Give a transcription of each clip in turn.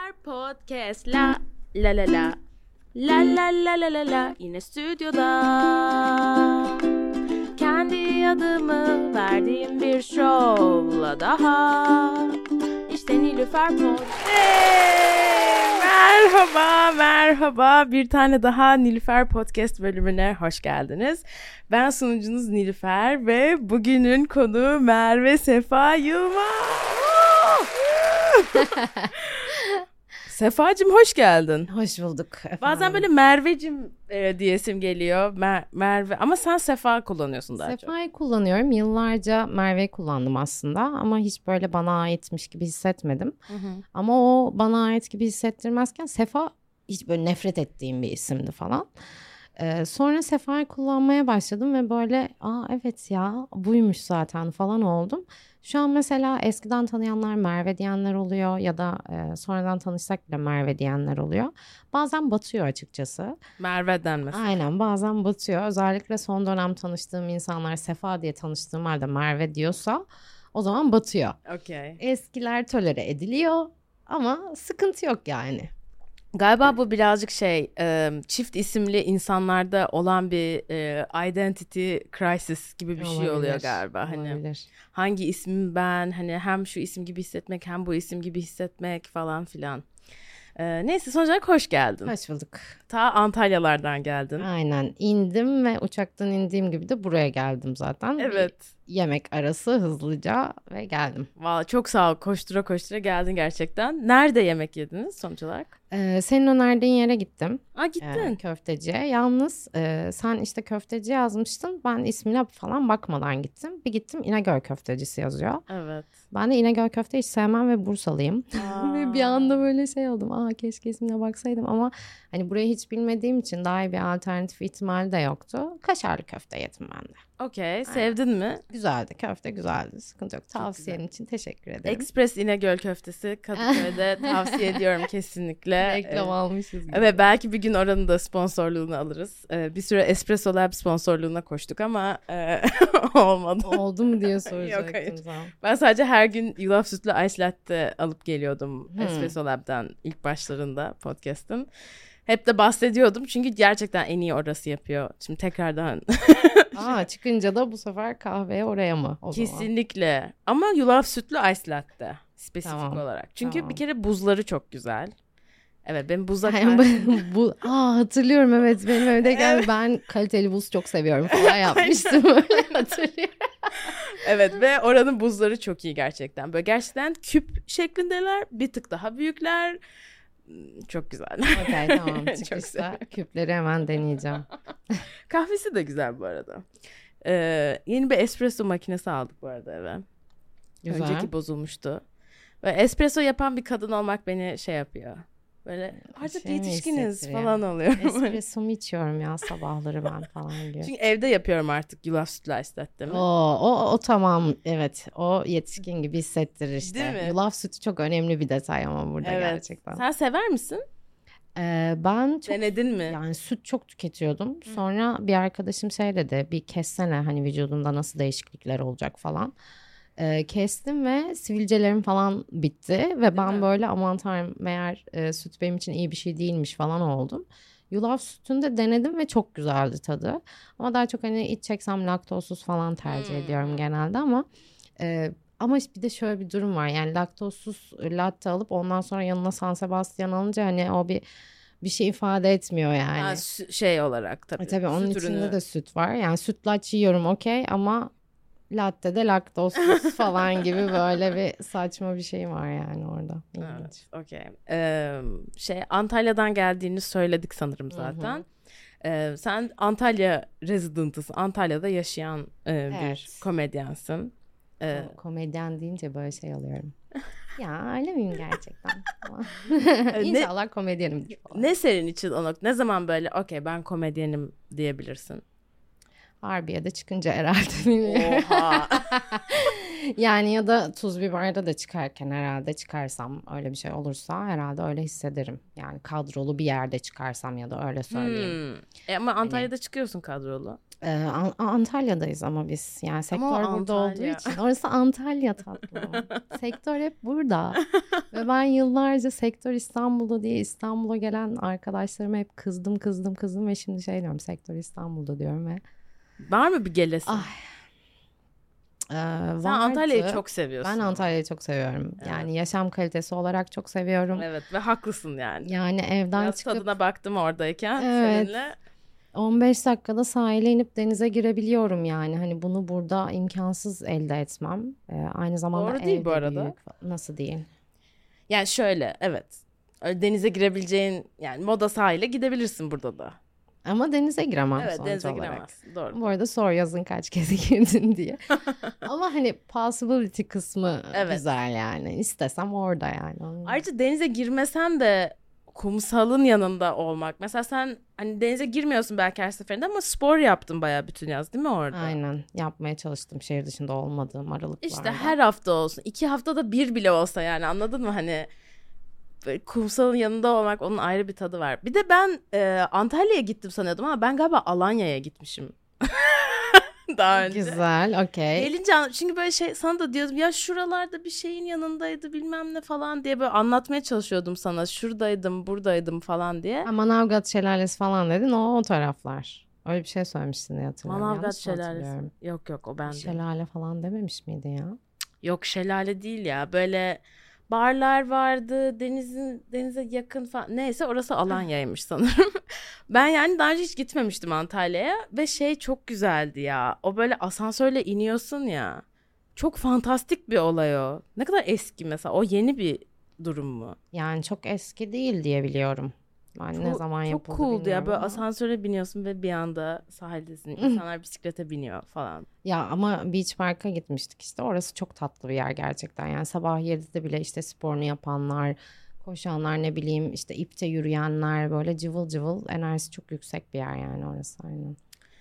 Nilüfer Podcast la la la la la la la la la la yine stüdyoda kendi adımı verdiğim bir şovla daha işte Nilüfer Podcast. Merhaba bir tane daha Nilüfer Podcast bölümüne hoş geldiniz. Ben sunucunuz Nilüfer ve bugünün konuğu Merve Sefa Yılmaz. Sefacığım hoş geldin. Hoş bulduk efendim. Bazen böyle Mervecim diyesim geliyor. Merve ama sen Sefa kullanıyorsun daha çok. Sefa'yı kullanıyorum. Yıllarca Merve'yi kullandım aslında ama hiç böyle bana aitmiş gibi hissetmedim. Hı. Ama o bana ait gibi hissettirmezken Sefa hiç böyle nefret ettiğim bir isimdi falan. Sonra Sefa'yı kullanmaya başladım ve böyle evet ya buymuş zaten falan oldum. Şu an mesela eskiden tanıyanlar Merve diyenler oluyor ya da sonradan tanışsak bile Merve diyenler oluyor. Bazen batıyor açıkçası. Merve denmesin. Aynen bazen batıyor. Özellikle son dönem tanıştığım insanlar Sefa diye tanıştığım halde Merve diyorsa o zaman batıyor. Okay. Eskiler tolere ediliyor ama sıkıntı yok yani. Galiba bu birazcık çift isimli insanlarda olan bir identity crisis gibi bir şey oluyor galiba. Olabilir. Hani hangi ismim ben, hani hem şu isim gibi hissetmek hem bu isim gibi hissetmek falan filan. Neyse sonuç olarak hoş geldin. Hoş bulduk. Ta Antalyalardan geldin. Aynen indim ve uçaktan indiğim gibi de buraya geldim zaten. Evet. Bir yemek arası hızlıca ve geldim. Vallahi çok sağ ol, koştura koştura geldin gerçekten. Nerede yemek yediniz sonuç olarak? Senin önerdiğin yere gittim. Gittin. Köfteciye. Yalnız sen işte köfteci yazmıştın. Ben ismine falan bakmadan gittim. Bir gittim İnegöl köftecisi yazıyor. Evet. Ben de İnegöl köfte hiç sevmem ve Bursalıyım. Ve bir anda böyle şey oldum. Keşke ismine baksaydım ama hani burayı hiç bilmediğim için daha iyi bir alternatif ihtimali de yoktu. Kaşarlı köfte yedim ben de. Okey. Sevdin mi? Güzeldi. Köfte güzeldi. Sıkıntı yok. Tavsiyen için teşekkür ederim. Express İnegöl köftesi Kadıköy'de tavsiye ediyorum kesinlikle. Reklam almışız gibi. Evet, belki bir gün oranın da sponsorluğunu alırız. Bir süre Espresso Lab sponsorluğuna koştuk ama olmadı. Oldu mu diye soracaktım. Yok, hayır. Sana. Ben sadece her gün yulaf sütlü ice latte alıp geliyordum Espresso Lab'den ilk başlarında podcast'ın. Hep de bahsediyordum çünkü gerçekten en iyi orası yapıyor. Şimdi tekrardan. Çıkınca da bu sefer kahveye oraya mı o Kesinlikle. Zaman? Ama yulaf sütlü ice latte spesifik Tamam. olarak. Çünkü bir kere buzları çok güzel. Evet, benim buzla hatırlıyorum, evet, benim evdeyken ben kaliteli buz çok seviyorum falan yapmıştım. Öyle hatırlıyorum. Evet ve oranın buzları çok iyi gerçekten. Böyle gerçekten küp şeklindeler. Bir tık daha büyükler. Çok güzel. Okay, tamam. Çıkışta küpleri hemen deneyeceğim. Kahvesi de güzel bu arada. Yeni bir espresso makinesi aldık bu arada eve. Güzel. Önceki bozulmuştu. Ve espresso yapan bir kadın olmak beni şey yapıyor. Böyle artık yetişkiniz falan oluyorum. Espressomu içiyorum ya sabahları ben falan diyor. Çünkü evde yapıyorum artık yulaf sütlü ice latte mi? O tamam, evet, o yetişkin gibi hissettirir işte. Değil mi? Yulaf sütü çok önemli bir detay ama burada gerçekten. Sen sever misin? Ben çok denedin mi? Yani süt çok tüketiyordum. Sonra bir arkadaşım şey dedi, bir kessene hani vücudunda nasıl değişiklikler olacak falan. Kestim ve sivilcelerim falan bitti ve ben böyle aman tanrım meğer süt benim için iyi bir şey değilmiş falan oldum. Yulaf sütünü de denedim ve çok güzeldi tadı. Ama daha çok hani içeceksem laktozsuz falan tercih ediyorum genelde ama bir de şöyle bir durum var. Yani laktozsuz latte alıp ondan sonra yanına San Sebastian alınca hani o bir şey ifade etmiyor yani. Şey olarak tabii. Tabii onun içinde de süt var. Yani sütlaç yiyorum okey ama latte'de laktozsuz falan gibi böyle bir saçma bir şey var yani orada. Evet, okey. Antalya'dan geldiğini söyledik sanırım zaten. Sen Antalya resident'ısın. Antalya'da yaşayan bir komedyensin. Komedyen deyince böyle şey alıyorum. Ya öyle miyim gerçekten? İnşallah komedyenimdir falan. Ne senin için ne zaman böyle okey ben komedyenim diyebilirsin? Harbiye'de çıkınca herhalde bilmiyorum. Oha. Yani ya da Tuz Biber'de de çıkarken herhalde çıkarsam öyle bir şey olursa herhalde öyle hissederim. Yani kadrolu bir yerde çıkarsam ya da öyle söyleyeyim. Ama Antalya'da çıkıyorsun kadrolu. Antalya'dayız ama biz. Yani sektör ama burada olduğu için. Orası Antalya tatlım. Sektör hep burada. Ve ben yıllarca sektör İstanbul'da diye İstanbul'a gelen arkadaşlarıma hep kızdım ve şimdi şey diyorum, sektör İstanbul'da diyorum ve. Var mı bir gelesin? Sen Antalya'yı çok seviyorsun. Ben Antalya'yı çok seviyorum. Evet. Yani yaşam kalitesi olarak çok seviyorum. Evet ve haklısın yani. Yani evden biraz çıkıp. Tadına baktım oradayken seninle. 15 dakikada sahile inip denize girebiliyorum yani. Hani bunu burada imkansız elde etmem. Aynı zamanda doğru değil bu arada. Büyük. Nasıl değil? Yani şöyle, evet. Öyle denize girebileceğin, yani Moda sahile gidebilirsin burada da. Ama denize giremem evet, sonuç denize olarak. Giremezsin. Doğru. Bu arada sor yazın kaç kez girdin diye. Ama hani possibility kısmı güzel yani. İstesem orada yani. Ayrıca denize girmesen de kumsalın yanında olmak. Mesela sen hani denize girmiyorsun belki her seferinde ama spor yaptın bayağı bütün yaz değil mi orada? Aynen. Yapmaya çalıştım şehir dışında olmadığım aralıklarda. İşte her hafta olsun. 2 haftada bir bile olsa yani, anladın mı? Hani kumsalın yanında olmak, onun ayrı bir tadı var. Bir de ben Antalya'ya gittim sanıyordum ama ben galiba Alanya'ya gitmişim. Daha önce. Güzel, okey. Gelince çünkü böyle şey sana da diyordum ya, şuralarda bir şeyin yanındaydı bilmem ne falan diye böyle anlatmaya çalışıyordum sana. Şuradaydım, buradaydım falan diye. Manavgat Şelalesi falan dedin, o taraflar. Öyle bir şey söylemişsin diye hatırlıyorum. Manavgat Şelalesi. Yok o bende. Şelale falan dememiş miydi ya? Yok, şelale değil ya. Böyle barlar vardı, denize yakın falan. Neyse, orası Alanya'ymış sanırım. Ben yani daha önce hiç gitmemiştim Antalya'ya ve şey çok güzeldi ya. O böyle asansörle iniyorsun ya. Çok fantastik bir olay o. Ne kadar eski mesela. O yeni bir durum mu? Yani çok eski değil diye biliyorum. Ben ne zaman yapıldı çok cool'du ya. Böyle ama. asansöre biniyorsun ve bir anda sahildesin. İnsanlar bisiklete biniyor falan. Ya ama Beach Park'a gitmiştik işte. Orası çok tatlı bir yer gerçekten. Yani sabah 7'de bile işte sporunu yapanlar, koşanlar, ne bileyim işte ipte yürüyenler, böyle cıvıl cıvıl, enerjisi çok yüksek bir yer yani orası, aynen.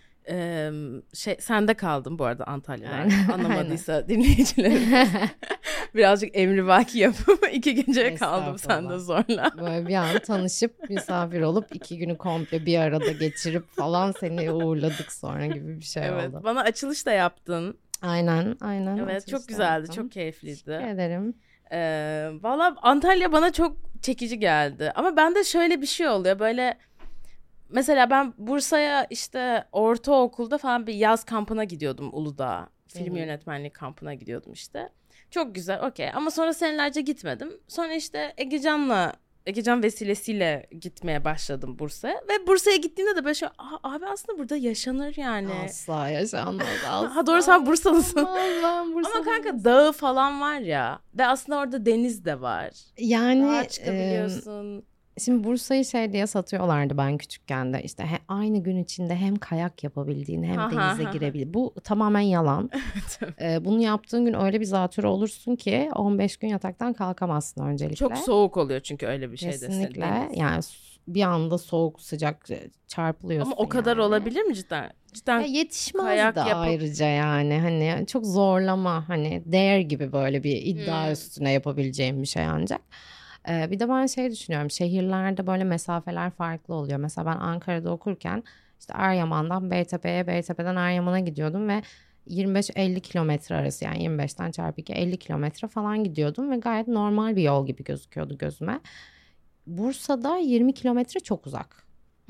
Sende kaldım bu arada Antalya'da. Anlamadıysa dinleyicilerim. Birazcık emrivaki yapıp 2 geceye kaldım sende zorla. Böyle bir an tanışıp misafir olup 2 günü komple bir arada geçirip falan seni uğurladık sonra gibi bir şey evet, oldu. Bana açılış da yaptın. Aynen. Evet, çok güzeldi, yaptım. Çok keyifliydi. Teşekkür ederim. Valla Antalya bana çok çekici geldi. Ama bende şöyle bir şey oluyor böyle. Mesela ben Bursa'ya işte ortaokulda falan bir yaz kampına gidiyordum, Uludağ. Film yönetmenliği kampına gidiyordum işte. Çok güzel, okey. Ama sonra senelerce gitmedim. Sonra işte Egecan vesilesiyle gitmeye başladım Bursa'ya. Ve Bursa'ya gittiğimde de böyle şey, abi aslında burada yaşanır yani. Asla yaşanmaz. Asla. Ha, doğru, sen Bursalısın. Ben Bursalıyım. Ama kanka dağı falan var ya. Ve aslında orada deniz de var. Yani dağa çıkabiliyorsun. Şimdi Bursa'yı şey diye satıyorlardı ben küçükken de, işte aynı gün içinde hem kayak yapabildiğin hem denize girebildiğin. Bu tamamen yalan. Bunu yaptığın gün öyle bir zatürre olursun ki 15 gün yataktan kalkamazsın öncelikle. Çok soğuk oluyor çünkü öyle bir şey de. Kesinlikle yani bir anda soğuk sıcak çarpılıyorsun. Ama o kadar yani olabilir mi cidden? Ya yetişmez de ayrıca yani hani çok zorlama, hani dare gibi böyle bir iddia üstüne yapabileceğim bir şey ancak. Bir de ben şey düşünüyorum, şehirlerde böyle mesafeler farklı oluyor. Mesela ben Ankara'da okurken işte Eryaman'dan Beytepe'ye, Beytepe'den Eryaman'a gidiyordum ve 25-50 kilometre arası, yani 25'ten çarpı 2 50 kilometre falan gidiyordum ve gayet normal bir yol gibi gözüküyordu gözüme. Bursa'da 20 kilometre çok uzak.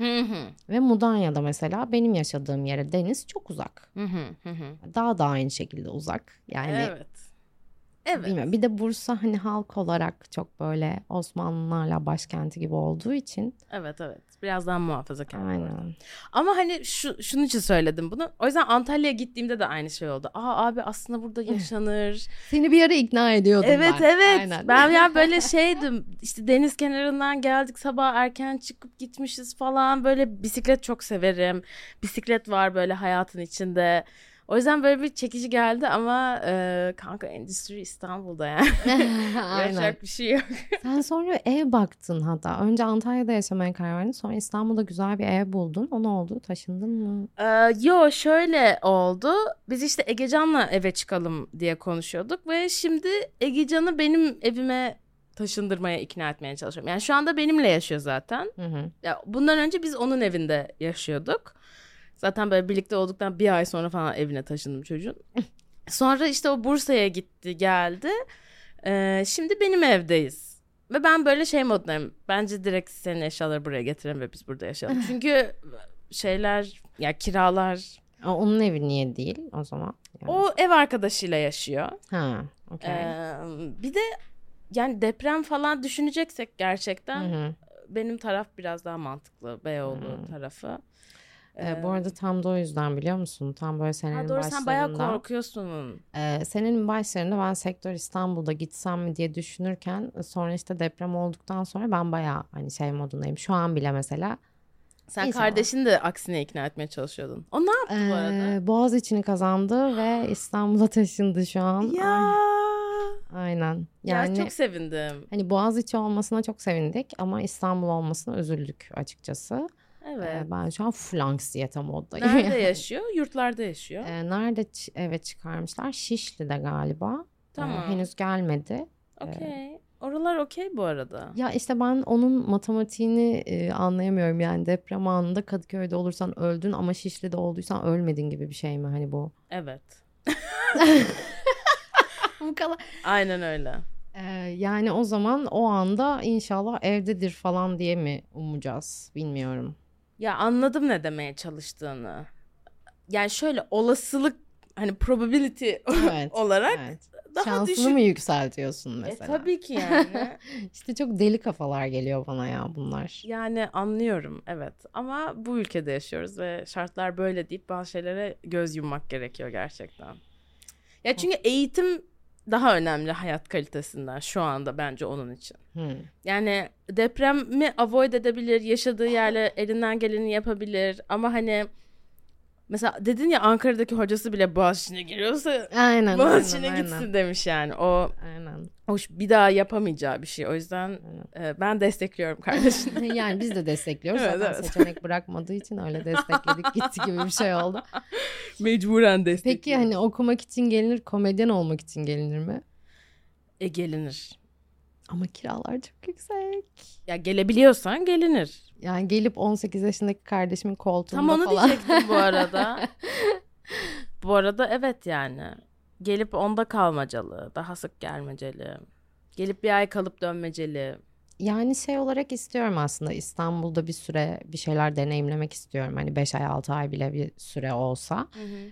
Ve Mudanya'da mesela benim yaşadığım yere deniz çok uzak. Daha da aynı şekilde uzak. Yani evet. Bilmiyorum. Bir de Bursa hani halk olarak çok böyle Osmanlı'nın hala başkenti gibi olduğu için. Evet. Biraz daha muhafazakar. Aynen. Ama hani şunun için söyledim bunu. O yüzden Antalya'ya gittiğimde de aynı şey oldu. Abi aslında burada yaşanır. Seni bir ara ikna ediyordum evet, ben. Evet. Aynen. Ben ya böyle şeydim. İşte deniz kenarından geldik, sabah erken çıkıp gitmişiz falan. Böyle bisiklet çok severim. Bisiklet var böyle hayatın içinde. O yüzden böyle bir çekici geldi ama kanka endüstri İstanbul'da yani. Yapacak bir şey yok. Sen sonra ev baktın hatta. Önce Antalya'da yaşamaya karar verdin. Sonra İstanbul'da güzel bir ev buldun. O ne oldu? Taşındın mı? Yo, şöyle oldu. Biz işte Egecan'la eve çıkalım diye konuşuyorduk. Ve şimdi Egecan'ı benim evime taşındırmaya ikna etmeye çalışıyorum. Yani şu anda benimle yaşıyor zaten. Ya bundan önce biz onun evinde yaşıyorduk. Zaten böyle birlikte olduktan bir ay sonra falan evine taşındım çocuğun. Sonra işte o Bursa'ya gitti geldi. Şimdi benim evdeyiz. Ve ben böyle şey modundayım. Bence direkt senin eşyaları buraya getirelim ve biz burada yaşayalım. Çünkü şeyler ya kiralar. Onun evi niye değil o zaman? Yani. O ev arkadaşıyla yaşıyor. Ha, okay. Bir de yani deprem falan düşüneceksek gerçekten benim taraf biraz daha mantıklı. Beyoğlu tarafı. Bu arada tam da o yüzden biliyor musun? Tam böyle senenin doğru, başlarında. Sen bayağı korkuyorsun. Senenin başlarında ben Sektör İstanbul'da gitsem mi diye düşünürken sonra işte deprem olduktan sonra ben bayağı hani şey modundayım. Şu an bile mesela. Sen İnşallah. Kardeşini de aksine ikna etmeye çalışıyordun. O ne yaptı bu arada? Boğaziçi'ni kazandı ve İstanbul'a taşındı şu an. Ya. Aynen. Yani ya çok sevindim. Hani Boğaziçi olmasına çok sevindik ama İstanbul olmasına üzüldük açıkçası. Evet. Ben şu an full anksiyete moddayım. Nerede yaşıyor? Yurtlarda yaşıyor. Nerede evet çıkarmışlar? Şişli'de galiba. Tamam. Henüz gelmedi. Okey. Oralar okey bu arada. Ya işte ben onun matematiğini anlayamıyorum. Yani deprem anında Kadıköy'de olursan öldün ama Şişli'de olduysan ölmedin gibi bir şey mi hani bu? Evet. Bu kadar. Aynen öyle. Yani o zaman o anda inşallah evdedir falan diye mi umacağız bilmiyorum. Ya anladım ne demeye çalıştığını. Yani şöyle olasılık hani probability olarak daha şansını düşük. mı yükseltiyorsun mesela? Tabii ki yani. İşte çok deli kafalar geliyor bana ya bunlar. Yani anlıyorum evet ama bu ülkede yaşıyoruz ve şartlar böyle deyip bazı şeylere göz yummak gerekiyor gerçekten. Ya çünkü eğitim daha önemli hayat kalitesinden şu anda bence onun için. Yani depremi avoid edebilir, yaşadığı yerle elinden geleni yapabilir ama hani mesela dedin ya Ankara'daki hocası bile Boğaziçi'ne giriyorsa Boğaziçi'ne gitsin demiş yani. O bir daha yapamayacağı bir şey. O yüzden ben destekliyorum kardeşini. Yani biz de destekliyoruz. Zaten seçenek bırakmadığı için öyle destekledik gitti gibi bir şey oldu. Mecburen destekliyoruz. Peki hani okumak için gelinir, komedyen olmak için gelinir mi? Gelinir. Ama kiralar çok yüksek. Ya gelebiliyorsan gelinir. Yani gelip 18 yaşındaki kardeşimin koltuğunda falan. Tam onu diyecektim bu arada. Bu arada evet yani. Gelip onda kalmacalı. Daha sık gelmeceli. Gelip bir ay kalıp dönmeceli. Yani şey olarak istiyorum aslında İstanbul'da bir süre bir şeyler deneyimlemek istiyorum. Hani 5 ay 6 ay bile bir süre olsa.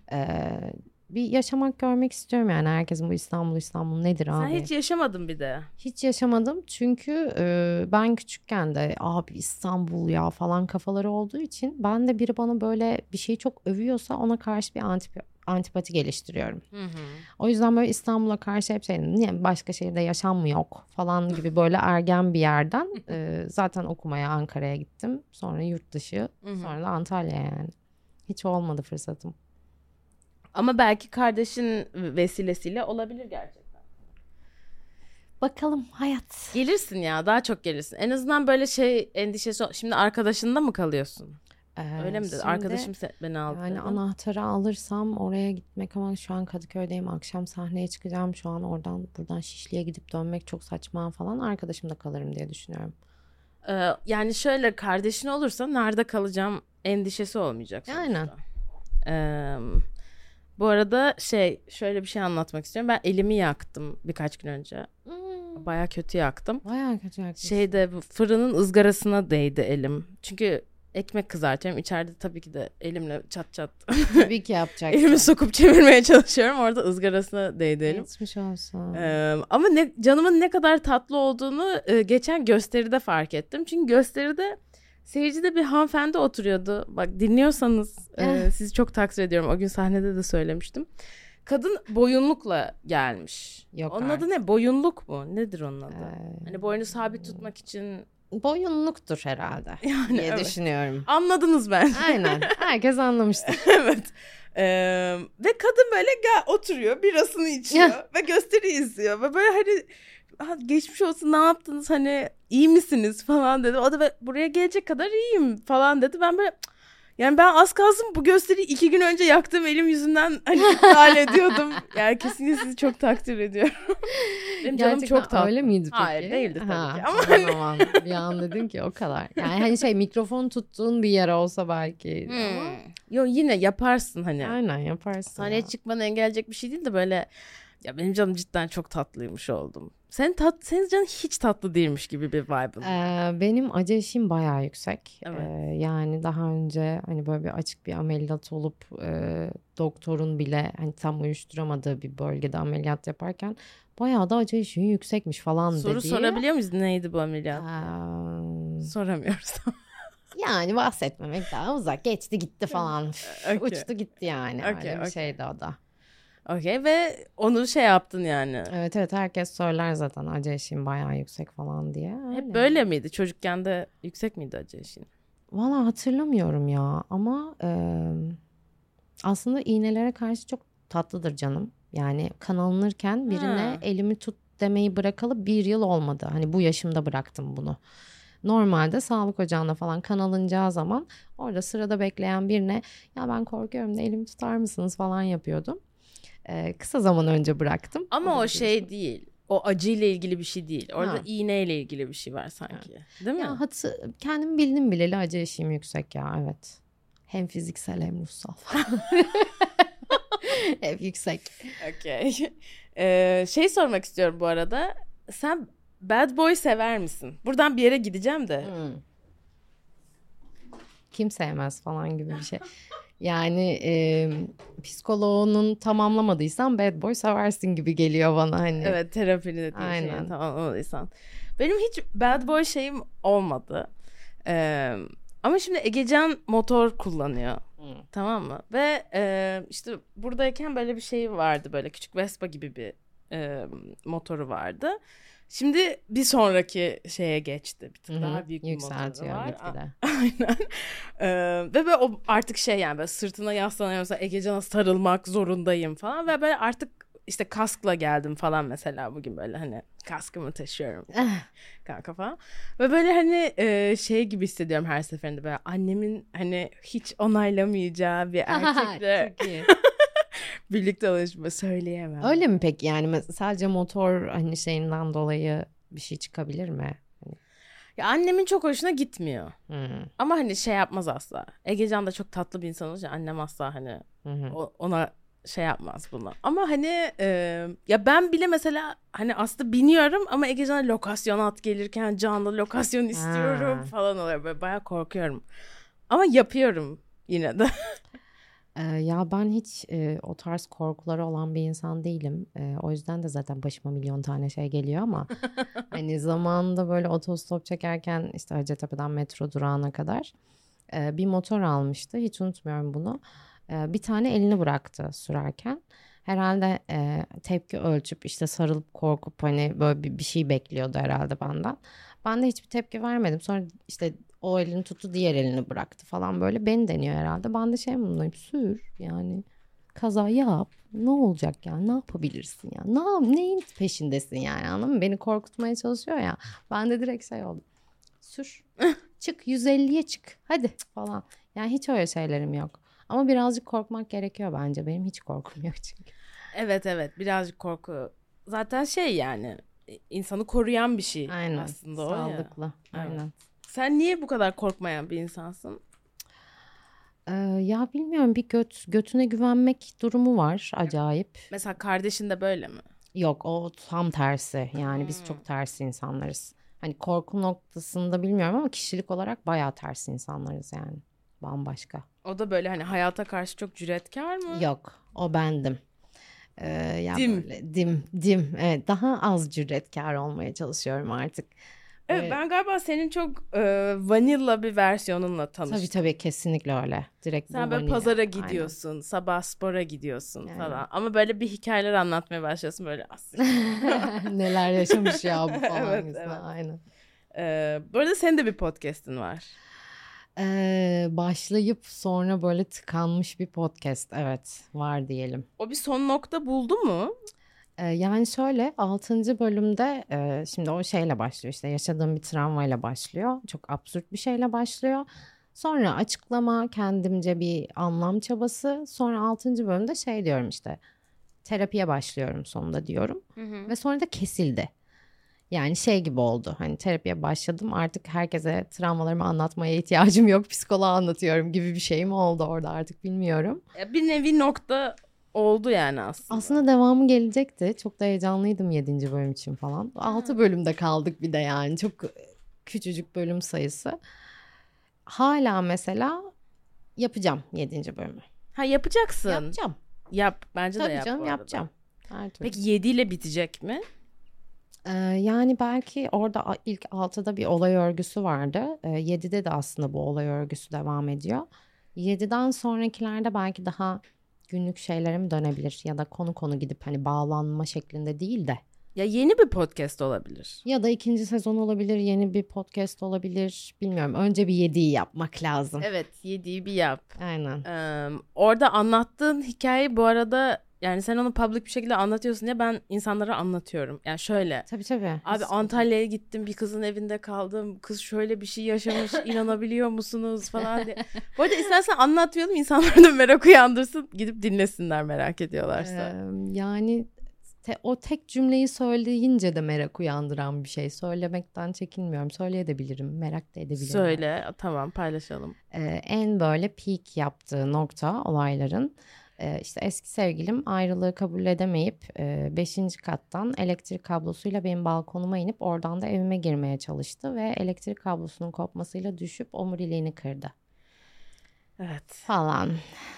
Bir yaşamak görmek istiyorum yani herkesin bu İstanbul nedir abi? Sen hiç yaşamadın bir de. Hiç yaşamadım çünkü ben küçükken de abi İstanbul ya falan kafaları olduğu için ben de biri bana böyle bir şeyi çok övüyorsa ona karşı bir antipati geliştiriyorum. O yüzden böyle İstanbul'a karşı hep niye başka şehirde yaşam mı yok falan gibi böyle ergen bir yerden zaten okumaya Ankara'ya gittim. Sonra yurt dışı sonra da Antalya'ya yani. Hiç olmadı fırsatım. Ama belki kardeşin vesilesiyle olabilir gerçekten. Bakalım hayat. Gelirsin ya daha çok gelirsin. En azından böyle şey endişesi. Şimdi arkadaşında mı kalıyorsun? Öyle mi dedi? Arkadaşım beni aldı. Yani anahtarı alırsam oraya gitmek ama şu an Kadıköy'deyim. Akşam sahneye çıkacağım. Şu an buradan Şişli'ye gidip dönmek çok saçma falan. Arkadaşımda kalırım diye düşünüyorum. Yani şöyle kardeşin olursa nerede kalacağım endişesi olmayacak sonuçta. Aynen. Bu arada şöyle bir şey anlatmak istiyorum. Ben elimi yaktım birkaç gün önce. Bayağı kötü yaktım. Bayağı kötü yaktım. Bu fırının ızgarasına değdi elim. Çünkü ekmek kızartıyorum. İçeride tabii ki de elimle çat. Tabii ki yapacaksın. Elimi sokup çevirmeye çalışıyorum. Orada ızgarasına değdi elim. Geçmiş olsun. Ama canımın ne kadar tatlı olduğunu geçen gösteride fark ettim. Çünkü gösteride seyircide bir hanımefendi oturuyordu. Bak dinliyorsanız sizi çok takdir ediyorum. O gün sahnede de söylemiştim. Kadın boyunlukla gelmiş. Yok onun adı ne? Boyunluk mu? Nedir onun adı? Hani boynu sabit tutmak için. Boyunluktur herhalde yani diye düşünüyorum. Anladınız ben. Aynen. Herkes anlamıştır. Evet. Ve kadın böyle oturuyor, birasını içiyor ve gösteri izliyor. Ve böyle hani geçmiş olsun ne yaptınız hani iyi misiniz falan dedi. O da buraya gelecek kadar iyiyim falan dedi. Ben böyle Yani ben az kalsın bu gösteriyi 2 gün önce yaktığım elim yüzünden hani iptal ediyordum. Yani kesinlikle sizi çok takdir ediyorum. Benim canım Gerçekten çok tatlı. öyle miydi peki? Hayır değildi tabii Ha, ki. Ama o zaman bir an dedim ki o kadar. Yani hani şey mikrofon tuttuğun bir yer olsa belki. Ama... Yo yine yaparsın hani. Aynen yaparsın. Sahneye çıkmanı engelleyecek bir şey değil de böyle ya benim canım cidden çok tatlıymış oldum. Senin canın hiç tatlı değilmiş gibi bir vibe'ın. Benim acı eşiğim bayağı yüksek. Evet. Yani daha önce hani böyle bir açık bir ameliyat olup doktorun bile hani tam uyuşturamadığı bir bölgede ameliyat yaparken bayağı da acı eşiği yüksekmiş falan dedi. Soru sorabiliyor muyuz? Neydi bu ameliyat? Soramıyoruz. Yani bahsetmemek daha uzak. Geçti gitti falan. Okay. Uçtu gitti yani. Okay, Öyle bir şeydi o da. Okey ve onu şey yaptın yani. Evet herkes söyler zaten acı eşiğim bayağı yüksek falan diye. Öyle. Hep böyle miydi? Çocukken de yüksek miydi acı eşiğin? Valla hatırlamıyorum ya ama aslında iğnelere karşı çok tatlıdır canım. Yani kan alınırken birine elimi tut demeyi bırakalı 1 yıl olmadı. Hani bu yaşımda bıraktım bunu. Normalde sağlık ocağında falan kan alınacağı zaman orada sırada bekleyen birine ya ben korkuyorum da elimi tutar mısınız falan yapıyordum. Kısa zaman önce bıraktım. Ama o şey değil. O acıyla ilgili bir şey değil. Orada iğneyle ilgili bir şey var sanki. Değil mi? Ya kendim bildim bileli acı eşiğim yüksek ya evet. Hem fiziksel hem ruhsal. Hep yüksek. Okey. Şey sormak istiyorum bu arada. Sen bad boy sever misin? Buradan bir yere gideceğim de. Kim sevmez falan gibi bir şey. Yani psikoloğunun tamamlamadıysan bad boy seversin gibi geliyor bana hani. Evet terapini dediğin şeyi tamamlamadıysan. Benim hiç bad boy şeyim olmadı. Ama şimdi Egecan motor kullanıyor. Tamam mı? Ve işte buradayken böyle bir şey vardı. Böyle küçük Vespa gibi bir motoru vardı. Şimdi bir sonraki şeye geçti. Bir tık daha büyük bir motoru var. Aynen. Ve böyle o artık şey yani böyle sırtına yaslanıyorsa Egecan'a sarılmak zorundayım falan. Ve böyle artık işte kaskla geldim falan mesela bugün böyle hani kaskımı taşıyorum kanka falan. Ve böyle hani şey gibi hissediyorum her seferinde böyle annemin hani hiç onaylamayacağı bir erkekle birlikte oluşma söyleyemem. Öyle mi peki yani sadece motor hani şeyinden dolayı bir şey çıkabilir mi? Ya annemin çok hoşuna gitmiyor. Ama hani şey yapmaz asla. Egecan da çok tatlı bir insan olunca annem asla hani ona şey yapmaz bunu. Ama hani ya ben bile mesela hani aslında biniyorum ama Egecan'a lokasyon at gelirken canlı lokasyon istiyorum falan oluyor. Böyle bayağı korkuyorum. Ama yapıyorum yine de. Ya ben hiç o tarz korkuları olan bir insan değilim. O yüzden de zaten başıma milyon tane şey geliyor ama hani zamanında böyle otostop çekerken işte Hacettepe'den metro durağına kadar bir motor almıştı. Hiç unutmuyorum bunu. Bir tane elini bıraktı sürerken. Herhalde tepki ölçüp işte sarılıp korkup hani böyle bir şey bekliyordu herhalde benden. Ben de hiçbir tepki vermedim. Sonra işte o elini tuttu diğer elini bıraktı falan böyle beni deniyor herhalde. Ben de şey bunlayım sür yani kaza yap ne olacak ya ne yapabilirsin ya neyin peşindesin yani anladın mı? Beni korkutmaya çalışıyor ya ben de direkt şey oldum sür çık 150'ye çık hadi falan yani hiç öyle şeylerim yok. Ama birazcık korkmak gerekiyor bence. Benim hiç korkum yok çünkü. Evet birazcık korku. Zaten şey yani insanı koruyan bir şey aynen, aslında o sağlıklı. ya. Aynen. Evet. Sen niye bu kadar korkmayan bir insansın? Ya bilmiyorum bir götüne güvenmek durumu var acayip. Mesela kardeşin de böyle mi? Yok o tam tersi yani biz çok ters insanlarız. Hani korku noktasında bilmiyorum ama kişilik olarak bayağı ters insanlarız yani. Bambaşka. O da böyle hani hayata karşı çok cüretkar mı? Yok o bendim. Ya dim. Böyle dim. Evet, daha az cüretkar olmaya çalışıyorum artık. Evet, ben galiba senin çok vanilla bir versiyonunla tanıştım. Tabii kesinlikle öyle. Direkt sen böyle vanilla. pazara gidiyorsun, aynen. Sabah spora gidiyorsun falan. Ama böyle bir hikayeler anlatmaya başlıyorsun böyle aslında. Neler yaşamış ya bu falan. evet. Aynen. Bu arada senin de bir podcast'in var. Başlayıp sonra böyle tıkanmış bir podcast. Evet var diyelim. O bir son nokta buldu mu? Yani şöyle 6. bölümde şimdi o şeyle başlıyor işte yaşadığım bir travmayla başlıyor. Çok absürt bir şeyle başlıyor. Sonra açıklama, kendimce bir anlam çabası. Sonra 6. bölümde şey diyorum işte, terapiye başlıyorum sonunda diyorum. Ve sonra da kesildi. Yani şey gibi oldu, hani terapiye başladım, artık herkese travmalarımı anlatmaya ihtiyacım yok, psikoloğa anlatıyorum gibi bir şey mi oldu orada, artık bilmiyorum. Bir nevi nokta oldu yani aslında. Aslında devamı gelecekti. Çok da heyecanlıydım 7. bölüm için falan. 6 bölümde kaldık bir de, yani çok küçücük bölüm sayısı. Hala mesela yapacağım 7. bölümü. Ha, yapacaksın. Yapacağım. Yap. Bence Tabii de yap canım, bu arada. yapacağım. Peki 7 ile bitecek mi? Yani belki orada ilk 6'da bir olay örgüsü vardı. 7'de de aslında bu olay örgüsü devam ediyor. 7'den sonrakilerde belki daha günlük şeylerim dönebilir. Ya da konu konu gidip hani bağlanma şeklinde değil de. Ya yeni bir podcast olabilir. Ya da 2. sezon olabilir, yeni bir podcast olabilir. Bilmiyorum. Önce bir 7'yi yapmak lazım. Evet, 7'yi bir yap. Aynen. Orada anlattığın hikayeyi bu arada, yani sen onu public bir şekilde anlatıyorsun ya, ben insanlara anlatıyorum. Yani şöyle. Tabii. Abi Antalya'ya gittim, bir kızın evinde kaldım. Kız şöyle bir şey yaşamış, inanabiliyor musunuz falan diye. Bu arada istersen anlatmayalım, insanlar da merak uyandırsın. Gidip dinlesinler merak ediyorlarsa. Yani o tek cümleyi söyleyince de merak uyandıran bir şey. Söylemekten çekinmiyorum. Söyleyebilirim. Merak da edebilirim. Söyle, tamam, paylaşalım. En böyle peak yaptığı nokta olayların. İşte eski sevgilim ayrılığı kabul edemeyip 5. kattan elektrik kablosuyla benim balkonuma inip oradan da evime girmeye çalıştı ve elektrik kablosunun kopmasıyla düşüp omuriliğini kırdı. Evet. Falan.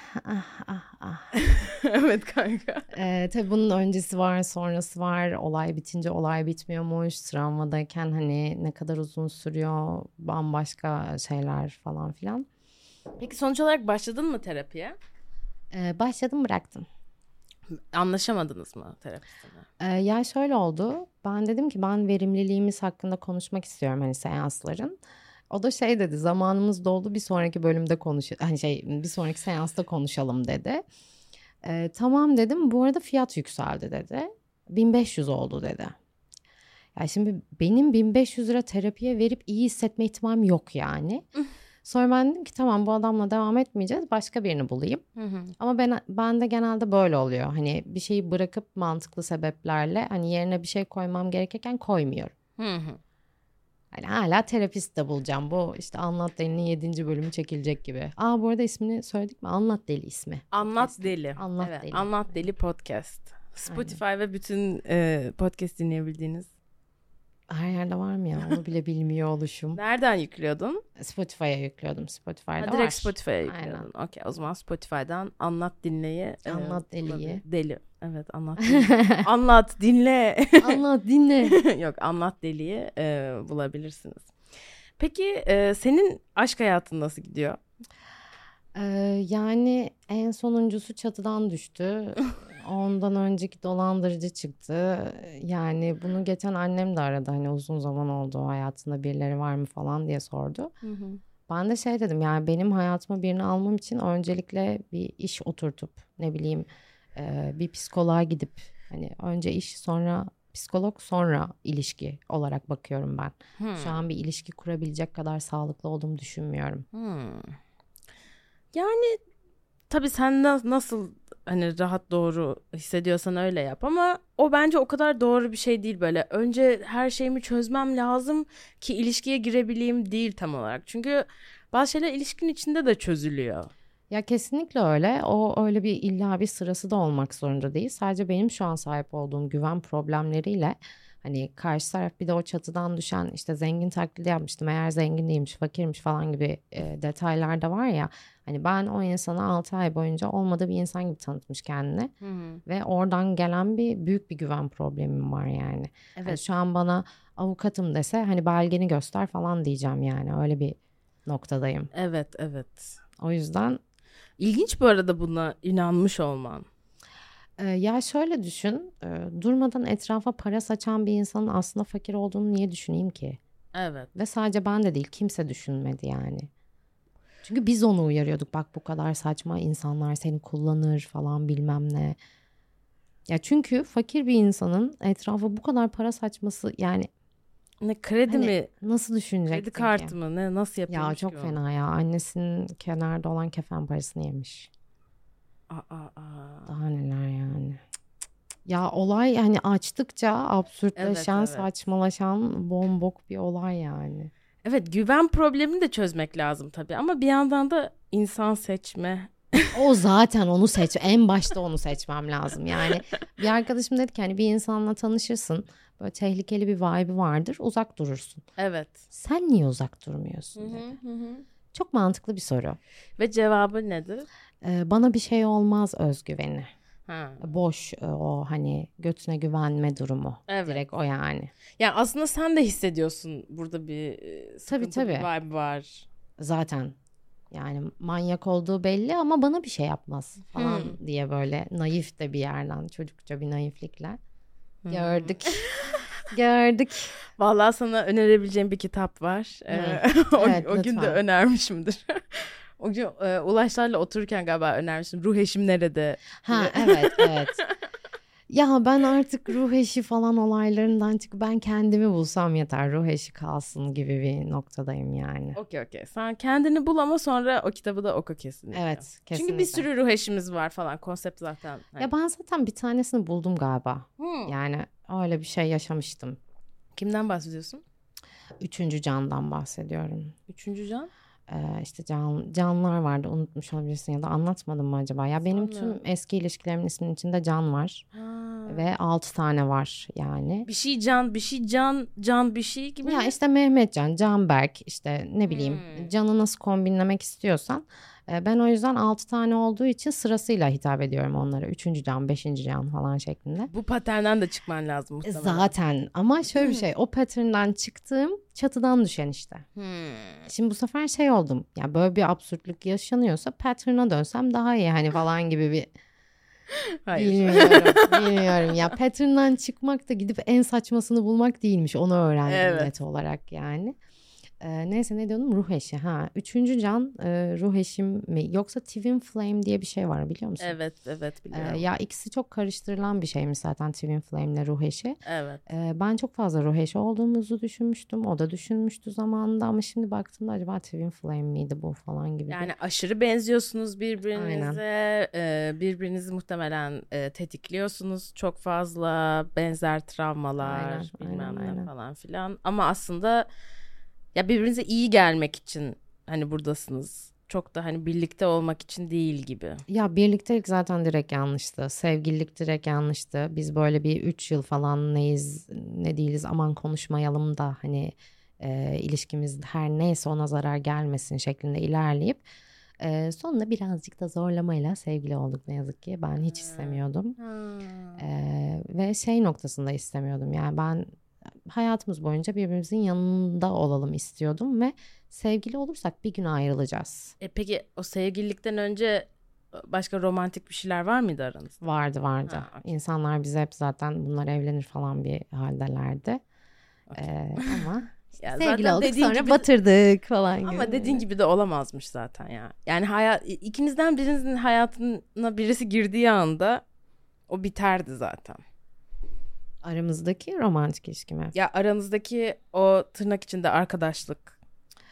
Evet kanka. Tabii bunun öncesi var, sonrası var. Olay bitince olay bitmiyormuş. Travmadayken hani ne kadar uzun sürüyor, bambaşka şeyler falan filan. Peki sonuç olarak başladın mı terapiye? Başladım, bıraktım. Anlaşamadınız mı terapistle? Ya şöyle oldu. Ben dedim ki ben verimliliğimiz hakkında konuşmak istiyorum hani seansların. O da şey dedi, zamanımız doldu, bir sonraki bölümde bir sonraki seansta konuşalım dedi. Tamam dedim. Bu arada fiyat yükseldi dedi. 1500 oldu dedi. Ya şimdi benim 1500 lira terapiye verip iyi hissetme ihtimalim yok yani. Sonra ben dedim ki tamam, bu adamla devam etmeyeceğiz, başka birini bulayım. Ama ben de genelde böyle oluyor. Hani bir şeyi bırakıp mantıklı sebeplerle hani yerine bir şey koymam gerekirken koymuyorum. Hani hala terapist de bulacağım. Bu işte Anlat Deli'nin 7. bölümü çekilecek gibi. Bu arada ismini söyledik mi? Anlat Deli ismi. Anlat Deli. Anlat evet, Deli. Anlat Deli podcast. Spotify ve bütün podcast dinleyebildiğiniz. Her yerde var mı ya? Onu bile bilmiyor oluşum. Nereden yüklüyordun? Spotify'ya yüklüyordum. Spotify'da var. Direkt Spotify'ya yüklüyordun. Okey, o zaman Spotify'dan Anlat Dinle'yi. Anlat Deli'yi. Deli. Evet, Anlat Deli. Anlat Dinle. Anlat dinle. Yok, Anlat Deli'yi bulabilirsiniz. Peki senin aşk hayatın nasıl gidiyor? Yani en sonuncusu çatıdan düştü. Ondan önceki dolandırıcı çıktı. Yani bunu geçen annem de aradı. Hani uzun zaman oldu, hayatında birileri var mı falan diye sordu. Ben de şey dedim, yani benim hayatıma birini almam için öncelikle bir iş oturtup ne bileyim bir psikoloğa gidip hani önce iş sonra psikolog sonra ilişki olarak bakıyorum ben. Şu an bir ilişki kurabilecek kadar sağlıklı olduğumu düşünmüyorum. Yani tabii sen nasıl hani rahat doğru hissediyorsan öyle yap, ama o bence o kadar doğru bir şey değil, böyle önce her şeyimi çözmem lazım ki ilişkiye girebileyim değil tam olarak. Çünkü bazı şeyler ilişkinin içinde de çözülüyor. Ya kesinlikle öyle. O öyle bir illa bir sırası da olmak zorunda değil. Sadece benim şu an sahip olduğum güven problemleriyle hani karşı taraf bir de o çatıdan düşen işte zengin taklidi yapmıştım. Eğer zengin değilmiş, fakirmiş falan gibi detaylar da var ya. Hani ben o insana 6 ay boyunca olmadığı bir insan gibi tanıtmış kendini. Ve oradan gelen büyük bir güven problemim var yani. Evet. Yani şu an bana avukatım dese hani belgeni göster falan diyeceğim yani. Öyle bir noktadayım. Evet. O yüzden İlginç bu arada buna inanmış olman. Ya şöyle düşün, durmadan etrafa para saçan bir insanın aslında fakir olduğunu niye düşüneyim ki? Evet. Ve sadece ben de değil, kimse düşünmedi yani. Çünkü biz onu uyarıyorduk, bak bu kadar saçma, insanlar seni kullanır falan bilmem ne. Ya çünkü fakir bir insanın etrafa bu kadar para saçması, yani Ne kredi Hani mi? nasıl düşünecektin Kredi kartı mı? Ne nasıl yapıyormuş Ya çok ki o? fena ya. Annesinin kenarda olan kefen parasını yemiş. Aa. Daha neler yani. Ya olay hani açtıkça absürtleşen, Evet. saçmalaşan bombok bir olay yani. Evet, güven problemini de çözmek lazım tabii ama bir yandan da insan seçme. O zaten onu seç. En başta onu seçmem lazım. Yani bir arkadaşım dedi ki hani bir insanla tanışırsın. Böyle tehlikeli bir vibe'ı vardır. Uzak durursun. Evet. Sen niye uzak durmuyorsun dedi. Çok mantıklı bir soru. Ve cevabı nedir? Bana bir şey olmaz özgüveni. Ha. Boş o hani götüne güvenme durumu. Evet. Direkt o yani. Yani aslında sen de hissediyorsun burada bir sıkıntı, Tabii. bir vibe var. Zaten yani manyak olduğu belli ama bana bir şey yapmaz falan diye böyle naif de bir yerden çocukça bir naiflikle gördük. Gördük. Vallahi sana önerebileceğim bir kitap var. O gün de önermişimdir. O gün Ulaşlar'la otururken galiba önermiştim. Ruh Eşim Nerede? Ha evet. Ya ben artık ruh eşi falan olaylarından çıkıp ben kendimi bulsam yeter. Ruh eşi kalsın gibi bir noktadayım yani. Okey. Sen kendini bul ama sonra o kitabı da oku kesinlikle. Evet, kesinlikle. Çünkü bir sürü ruh eşimiz var falan. Konsept zaten. Ya ben zaten bir tanesini buldum galiba. Yani öyle bir şey yaşamıştım. Kimden bahsediyorsun? 3. candan bahsediyorum. 3. can? İşte canlar vardı, unutmuş olabilirsin ya da anlatmadım mı acaba? Ya benim tüm eski ilişkilerimin isminin içinde can var. Ve 6 tane var yani. Bir şey can bir şey gibi ya mi? işte Mehmetcan, Canberk, işte ne bileyim canı nasıl kombinlemek istiyorsan. Ben o yüzden 6 tane olduğu için sırasıyla hitap ediyorum onlara. 3. can, 5. can falan şeklinde. Bu paternden de çıkman lazım muhtemelen. Zaten ama şöyle bir şey, o pattern'dan çıktığım çatıdan düşen işte. Şimdi bu sefer şey oldum. Ya böyle bir absürtlük yaşanıyorsa pattern'a dönsem daha iyi hani falan gibi bir Hayır. Bilmiyorum. Ya pattern'dan çıkmak da gidip en saçmasını bulmak değilmiş. Onu öğrendim net olarak yani. Neyse ne diyordum? Ruh eşi. Ha, 3. can ruh eşim mi? Yoksa Twin Flame diye bir şey var biliyor musun? Evet biliyorum. Ya ikisi çok karıştırılan bir şeymiş zaten Twin Flame ile ruh eşi. Evet. Ben çok fazla ruh eşi olduğumuzu düşünmüştüm. O da düşünmüştü zamanında ama şimdi baktığımda acaba Twin Flame miydi bu falan gibi. Yani aşırı benziyorsunuz birbirinize. Birbirinizi muhtemelen tetikliyorsunuz. Çok fazla benzer travmalar ne falan filan. Ama aslında ya birbirinize iyi gelmek için hani buradasınız. Çok da hani birlikte olmak için değil gibi. Ya birliktelik zaten direkt yanlıştı. Sevgililik direkt yanlıştı. Biz böyle bir 3 yıl falan neyiz ne değiliz aman konuşmayalım da hani ilişkimiz her neyse ona zarar gelmesin şeklinde ilerleyip sonunda birazcık da zorlamayla sevgili olduk ne yazık ki. Ben hiç istemiyordum. Ve şey noktasında istemiyordum. Yani ben hayatımız boyunca birbirimizin yanında olalım istiyordum ve sevgili olursak bir gün ayrılacağız. Peki o sevgililikten önce başka romantik bir şeyler var mıydı aranızda? Vardı. Okay. İnsanlar bize hep zaten bunlar evlenir falan bir haldelerdi. Okay. Ama ya sevgili olduk sonra gibi, batırdık falan gibi. Ama dediğin gibi de olamazmış zaten ya. Yani ikinizden birinizin hayatına birisi girdiği anda o biterdi zaten. Aramızdaki romantik ilişki mi? Ya aranızdaki o tırnak içinde arkadaşlık.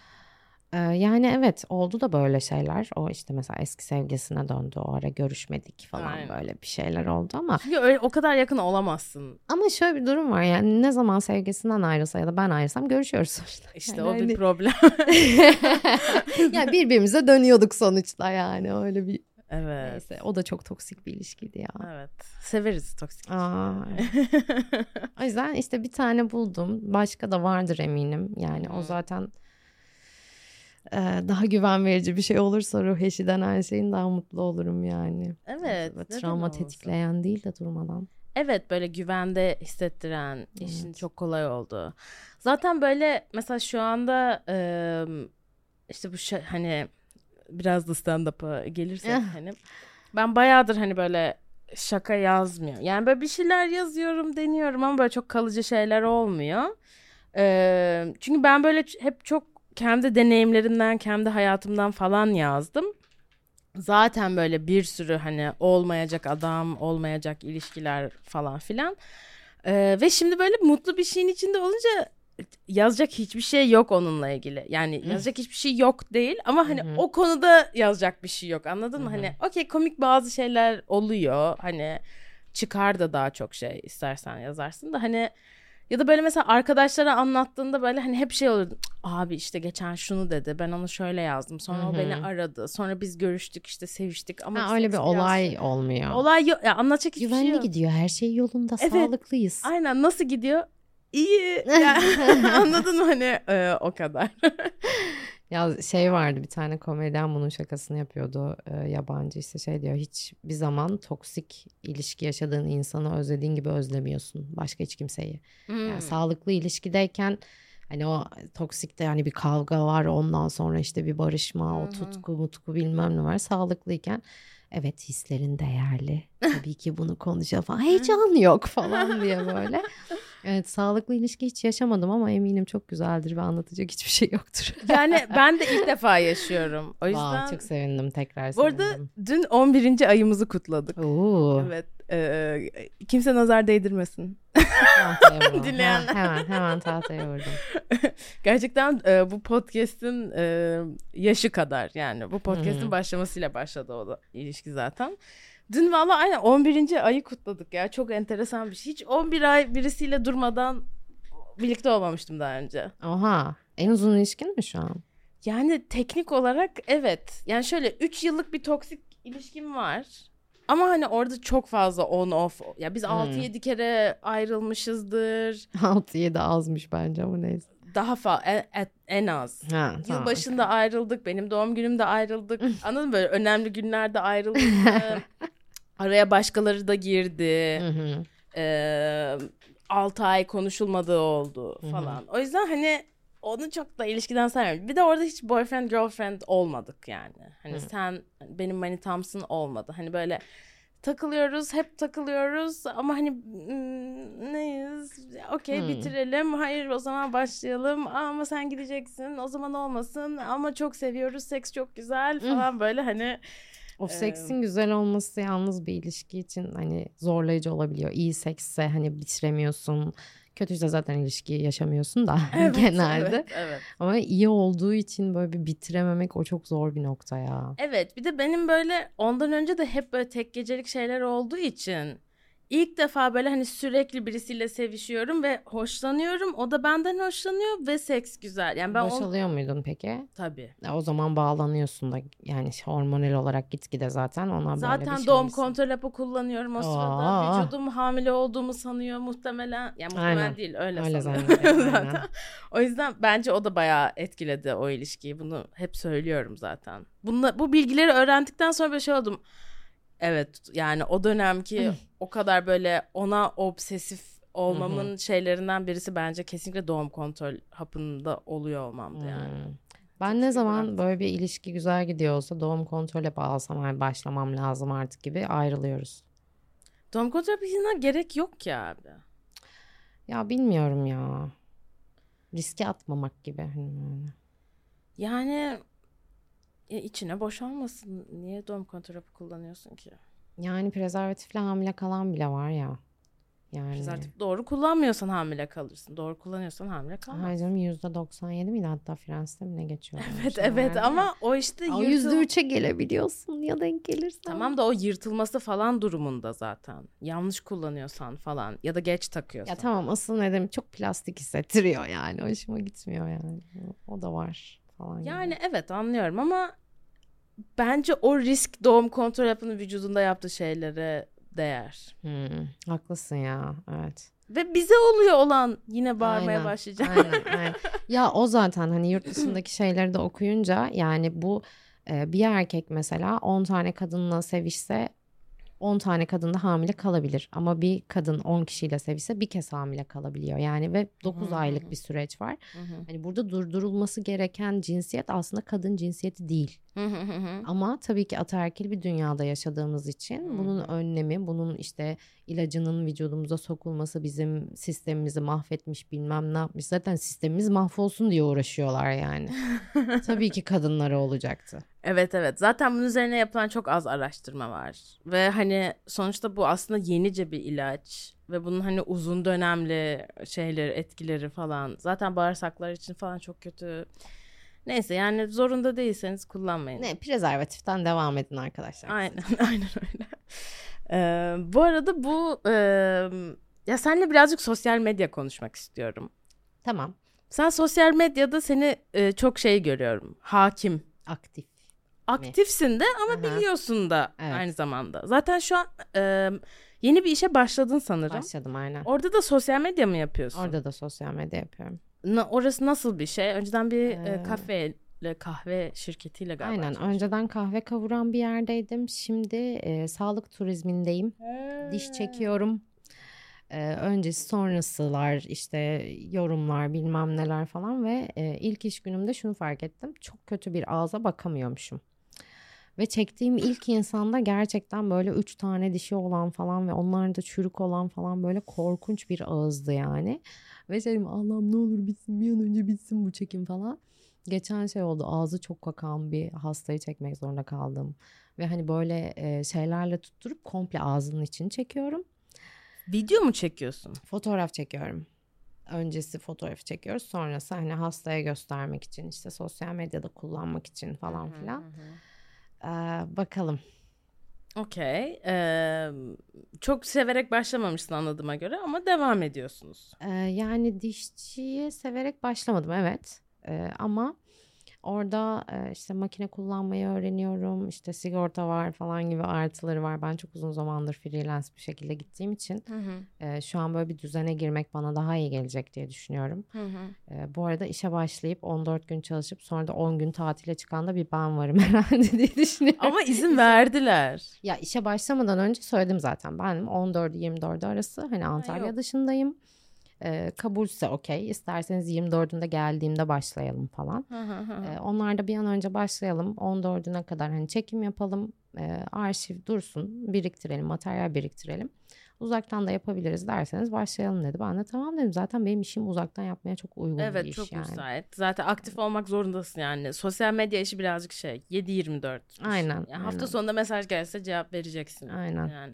Yani evet oldu da böyle şeyler. O işte mesela eski sevgilisine döndü. O ara görüşmedik falan. Aynen. Böyle bir şeyler oldu ama. Çünkü öyle o kadar yakın olamazsın. Ama şöyle bir durum var yani ne zaman sevgilisinden ayrılsa ya da ben ayrılsam görüşüyoruz sonuçta. İşte yani o bir problem. Yani birbirimize dönüyorduk sonuçta yani öyle bir. Evet. Neyse o da çok toksik bir ilişkiydi ya. Evet. Severiz toksik O yüzden işte bir tane buldum. Başka da vardır eminim. Yani o zaten daha güven verici bir şey olursa ruh eşi denen şeyin daha mutlu olurum yani. Evet. Travma tetikleyen değil de durmadan. Evet böyle güvende hissettiren işin çok kolay oldu. Zaten böyle mesela şu anda işte bu hani biraz da stand-up'a gelirsek hani ben bayağıdır hani böyle şaka yazmıyor. Yani böyle bir şeyler yazıyorum, deniyorum ama böyle çok kalıcı şeyler olmuyor. Çünkü ben böyle hep çok kendi deneyimlerimden, kendi hayatımdan falan yazdım. Zaten böyle bir sürü hani olmayacak adam, olmayacak ilişkiler falan filan. Ve şimdi böyle mutlu bir şeyin içinde olunca yazacak hiçbir şey yok onunla ilgili. Yani yazacak hiçbir şey yok değil ama hani o konuda yazacak bir şey yok, anladın mı? Hani okey, komik bazı şeyler oluyor. Hani çıkar da daha çok şey istersen yazarsın da hani, ya da böyle mesela arkadaşlara anlattığında böyle hani hep şey olurdu. Abi işte geçen şunu dedi. Ben onu şöyle yazdım. Sonra o beni aradı. Sonra biz görüştük, işte seviştik ama öyle bir olay olmuyor. Olay yok. Ya anlatacak hiçbir şey yok. Güvenli gidiyor. Her şey yolunda. Evet. Sağlıklıyız. Aynen, nasıl gidiyor? İyi. Yani, anladın mı hani o kadar. Ya şey vardı, bir tane komedyen bunun şakasını yapıyordu, yabancı, işte şey diyor, hiç bir zaman toksik ilişki yaşadığın insanı özlediğin gibi özlemiyorsun başka hiç kimseyi. Yani sağlıklı ilişkideyken hani o toksikte yani bir kavga var, ondan sonra işte bir barışma, o tutku mutku bilmem ne var. Sağlıklıyken evet hislerin değerli, tabii ki bunu konuşalım, heyecan yok falan diye böyle. Evet, sağlıklı ilişki hiç yaşamadım ama eminim çok güzeldir ve anlatacak hiçbir şey yoktur. Yani ben de ilk defa yaşıyorum. O yüzden. Çok sevindim, tekrar sevindim. Bu arada dün 11. ayımızı kutladık. Oo. Evet. Kimse nazar değdirmesin. Dinleyenler. Hemen tahtaya vurdum. Gerçekten bu podcast'in yaşı kadar, yani bu podcast'in başlamasıyla başladı o da ilişki zaten. Dün valla aynen 11. ayı kutladık ya. Çok enteresan bir şey. Hiç 11 ay birisiyle durmadan birlikte olmamıştım daha önce. Oha. En uzun ilişkin mi şu an? Yani teknik olarak evet. Yani şöyle 3 yıllık bir toksik ilişkim var. Ama hani orada çok fazla on off. Ya biz 6-7 kere ayrılmışızdır. 6-7 azmış bence ama neyse. Daha fazla en az. Yılbaşında ayrıldık. Benim doğum günümde ayrıldık. Anladın mı? Böyle önemli günlerde ayrıldık. Araya başkaları da girdi. 6 ay konuşulmadığı oldu falan. O yüzden hani onu çok da ilişkiden saymıyorum. Bir de orada hiç boyfriend girlfriend olmadık yani. Hani sen benim manitamsın olmadı. Hani böyle takılıyoruz, hep takılıyoruz ama hani neyiz? Okey, bitirelim. Hayır, o zaman başlayalım. Ama sen gideceksin. O zaman olmasın. Ama çok seviyoruz. Seks çok güzel falan böyle hani. O seksin güzel olması yalnız bir ilişki için hani zorlayıcı olabiliyor. İyi seksse hani bitiremiyorsun. Kötüyse zaten ilişki yaşamıyorsun da genelde. Evet. Ama iyi olduğu için böyle bir bitirememek, o çok zor bir nokta ya. Evet, bir de benim böyle ondan önce de hep böyle tek gecelik şeyler olduğu için ilk defa böyle hani sürekli birisiyle sevişiyorum ve hoşlanıyorum. O da benden hoşlanıyor ve seks güzel. Yani ben boşalıyor muydun peki? Tabii. O zaman bağlanıyorsun da yani hormonal olarak gitgide zaten ona zaten böyle bir şey. Doğum kontrol hapı kullanıyorum o sırada. Vücudum hamile olduğumu sanıyor muhtemelen. Yani muhtemelen değil, öyle sanıyor. Zaten. O yüzden bence o da bayağı etkiledi o ilişkiyi. Bunu hep söylüyorum zaten. Bu bilgileri öğrendikten sonra bir şey oldum. Evet, yani o dönemki o kadar böyle ona obsesif olmamın şeylerinden birisi bence kesinlikle doğum kontrol hapında oluyor olmamdı yani. Ben çok ne zaman böyle bir ilişki güzel gidiyor olsa doğum kontrole bağlasam hani başlamam lazım artık gibi ayrılıyoruz. Doğum kontrol hapına gerek yok ki abi. Ya bilmiyorum ya. Riske atmamak gibi. Yani içine boşalmasın. Niye doğum kontrol hapı kullanıyorsun ki? Yani prezervatifle hamile kalan bile var ya. Yani... Prezervatif doğru kullanmıyorsan hamile kalırsın. Doğru kullanıyorsan hamile kalmazsın. Hayır canım, %97 miydi hatta Frens'te mi ne geçiyor? Evet yani. Ama o işte %3'e gelebiliyorsun ya denk gelirsen. Tamam da o yırtılması falan durumunda zaten. Yanlış kullanıyorsan falan ya da geç takıyorsan. Ya tamam, asıl nedenim çok plastik hissettiriyor yani. Hoşuma gitmiyor yani. O da var falan. Yani gibi. Evet, anlıyorum ama bence o risk doğum kontrol hapının vücudunda yaptığı şeylere değer. Haklısın ya, evet. Ve bize oluyor olan yine bağırmaya başlayacağım. Aynen. Ya o zaten hani yurt dışındaki şeyleri de okuyunca yani bu bir erkek mesela 10 tane kadınla sevişse 10 tane kadın da hamile kalabilir. Ama bir kadın 10 kişiyle sevişse bir kez hamile kalabiliyor. Yani ve 9 aylık bir süreç var. Hani burada durdurulması gereken cinsiyet aslında kadın cinsiyeti değil. Ama tabii ki ataerkil bir dünyada yaşadığımız için bunun önlemi, bunun işte ilacının vücudumuza sokulması bizim sistemimizi mahvetmiş, bilmem ne yapmış. Zaten sistemimiz mahvolsun diye uğraşıyorlar yani. Tabii ki kadınlara olacaktı. Evet. Zaten bunun üzerine yapılan çok az araştırma var. Ve hani sonuçta bu aslında yenice bir ilaç. ve bunun hani uzun dönemli şeyleri, etkileri falan zaten bağırsaklar için falan çok kötü. Neyse yani zorunda değilseniz kullanmayın. Ne, prezervatiften devam edin arkadaşlar. Aynen aynen öyle. Bu arada ya seninle birazcık sosyal medya konuşmak istiyorum. Tamam. Sen sosyal medyada seni çok şey görüyorum. Hakim. Aktif. Aktifsin de ama Aha. biliyorsun da Evet. aynı zamanda. Zaten şu an yeni bir işe başladın sanırım. Başladım aynen. Orada da sosyal medya mı yapıyorsun? Orada da sosyal medya yapıyorum. Orası nasıl bir şey? Önceden bir kahve şirketiyle galiba. Aynen. Önceden kahve kavuran bir yerdeydim. Şimdi sağlık turizmindeyim. Diş çekiyorum. Öncesi sonrasılar işte yorumlar bilmem neler falan ve ilk iş günümde şunu fark ettim. Çok kötü bir ağza bakamıyormuşum. Ve çektiğim ilk insanda gerçekten böyle 3 tane dişi olan falan ve onlar da çürük olan falan böyle korkunç bir ağızdı yani. Ve dedim Allah'ım ne olur bitsin, bir an önce bitsin bu çekim falan. Geçen şey oldu, ağzı çok kakan bir hastayı çekmek zorunda kaldım. Ve hani böyle şeylerle tutturup komple ağzının içini çekiyorum. Video mu çekiyorsun? Fotoğraf çekiyorum. Öncesi fotoğrafı çekiyoruz. Sonrası hani hastaya göstermek için, işte sosyal medyada kullanmak için falan filan. Bakalım. Okey. Çok severek başlamamışsın anladığıma göre ama devam ediyorsunuz. Yani dişçiyi severek başlamadım evet. Ama orada işte makine kullanmayı öğreniyorum. İşte sigorta var falan gibi artıları var. Ben çok uzun zamandır freelance bir şekilde gittiğim için şu an böyle bir düzene girmek bana daha iyi gelecek diye düşünüyorum. Bu arada işe başlayıp 14 gün çalışıp sonra da 10 gün tatile çıkan da bir ben varım herhalde diye düşünüyorum. Ama izin verdiler. Ya işe başlamadan önce söyledim zaten. Ben 14-24 arası hani Antalya dışındayım. Kabulse okey. İsterseniz 24'ünde geldiğimde başlayalım falan. Onlar da bir an önce başlayalım. 14'üne kadar hani çekim yapalım. Arşiv dursun. Biriktirelim. Materyal biriktirelim. Uzaktan da yapabiliriz derseniz başlayalım dedi. Ben de tamam dedim. Zaten benim işim uzaktan yapmaya çok uygun bir iş çok yani. müsait. Zaten aktif olmak zorundasın yani. Sosyal medya işi birazcık 7-24. Aynen. Yani aynen. hafta sonunda mesaj gelse cevap vereceksin. Aynen. Yani.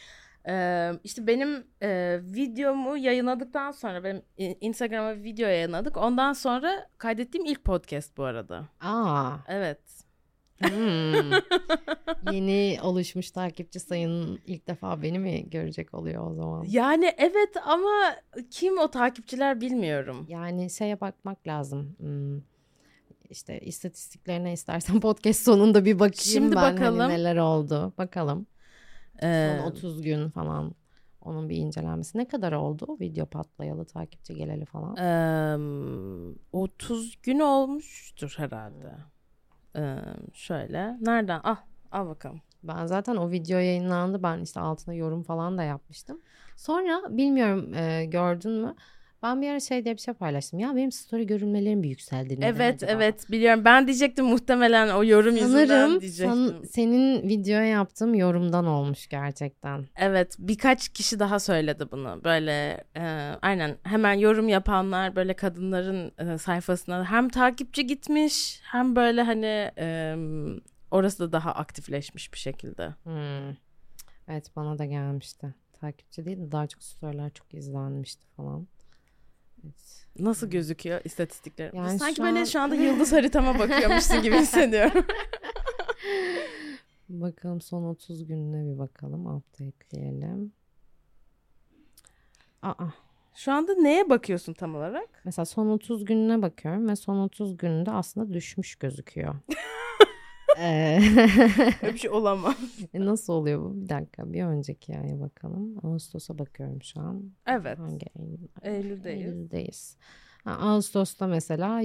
İşte benim videomu yayınladıktan sonra benim Instagram'a video yayınladık. Ondan sonra kaydettiğim ilk podcast bu arada. Evet. Yeni oluşmuş takipçi sayının ilk defa beni mi görecek oluyor o zaman? Yani evet ama kim o takipçiler bilmiyorum. Yani şeye bakmak lazım. İşte istatistiklerine istersen podcast sonunda bir bakayım. Şimdi ben bakalım. Hani neler oldu. Bakalım. Son 30 gün falan onun bir incelenmesi. Ne kadar oldu video patlayalı, takipçi geleli falan? 30 gün olmuştur herhalde. Şöyle. Nereden? Al bakalım. Ben zaten o video yayınlandı. Ben işte altına yorum falan da yapmıştım. Sonra bilmiyorum gördün mü? Ben bir ara diye bir şey paylaştım. Ya benim story görünmelerim bir yükseldi. Evet biliyorum. Ben diyecektim muhtemelen o yorum yüzünden diyecektim. Senin videoya yaptığım yorumdan olmuş gerçekten. Evet birkaç kişi daha söyledi bunu. Böyle aynen hemen yorum yapanlar böyle kadınların sayfasına hem takipçi gitmiş hem böyle hani orası da daha aktifleşmiş bir şekilde. Evet bana da gelmişti. Takipçi değil de daha çok storyler çok izlenmişti falan. Evet. Nasıl gözüküyor istatistikler? Yani sanki böyle şu anda yıldız haritama bakıyormuşsun gibi hissediyorum. Bakalım son 30 gününe bir bakalım. Updateleyelim. Şu anda neye bakıyorsun tam olarak? Mesela son 30 gününe bakıyorum ve son 30 gününde aslında düşmüş gözüküyor. Öyle bir şey olamaz. Nasıl oluyor bu? Bir dakika bir önceki aya bakalım. Ağustos'a bakıyorum şu an. Evet. Hangi Eylül'deyiz. Ağustos'ta mesela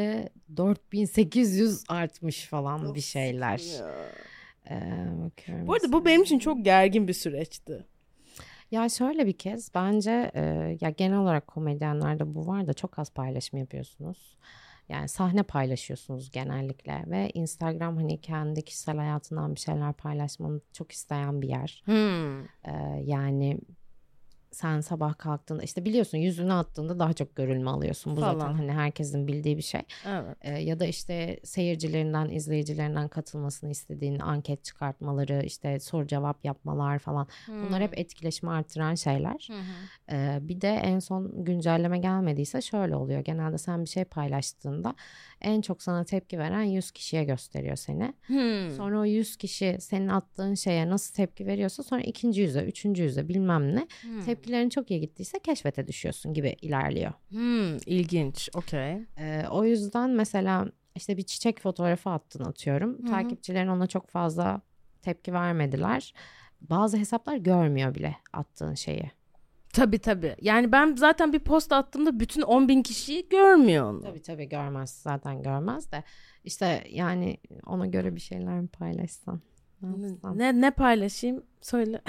%4800 artmış falan bir şeyler. Bakıyorum. Bu arada bu benim için çok gergin bir süreçti. Ya şöyle bir kez bence ya genel olarak komedyenlerde bu var da çok az paylaşım yapıyorsunuz. Yani sahne paylaşıyorsunuz genellikle ve Instagram hani kendi kişisel hayatından bir şeyler paylaşmanı çok isteyen bir yer. Yani sen sabah kalktığında işte biliyorsun yüzünü attığında daha çok görülme alıyorsun. Bu Falan. zaten hani herkesin bildiği bir şey. Evet. Ya da işte seyircilerinden, izleyicilerinden katılmasını istediğin anket çıkartmaları, işte soru cevap yapmalar falan. Bunlar hep etkileşimi artıran şeyler. Bir de en son güncelleme gelmediyse şöyle oluyor. Genelde sen bir şey paylaştığında en çok sana tepki veren 100 kişiye gösteriyor seni. Sonra o 100 kişi senin attığın şeye nasıl tepki veriyorsa sonra ikinci yüze, üçüncü yüze bilmem ne. Tepkilerin çok iyi gittiyse keşfete düşüyorsun gibi ilerliyor. İlginç. Okey. O yüzden mesela işte bir çiçek fotoğrafı attın atıyorum. Takipçilerin ona çok fazla tepki vermediler. Bazı hesaplar görmüyor bile attığın şeyi. Tabii. Yani ben zaten bir post attığımda bütün 10.000 kişiyi görmüyor onu. Tabii görmez. Zaten görmez de. İşte yani ona göre bir şeyler mi paylaşsan? Ne paylaşayım? Söyle.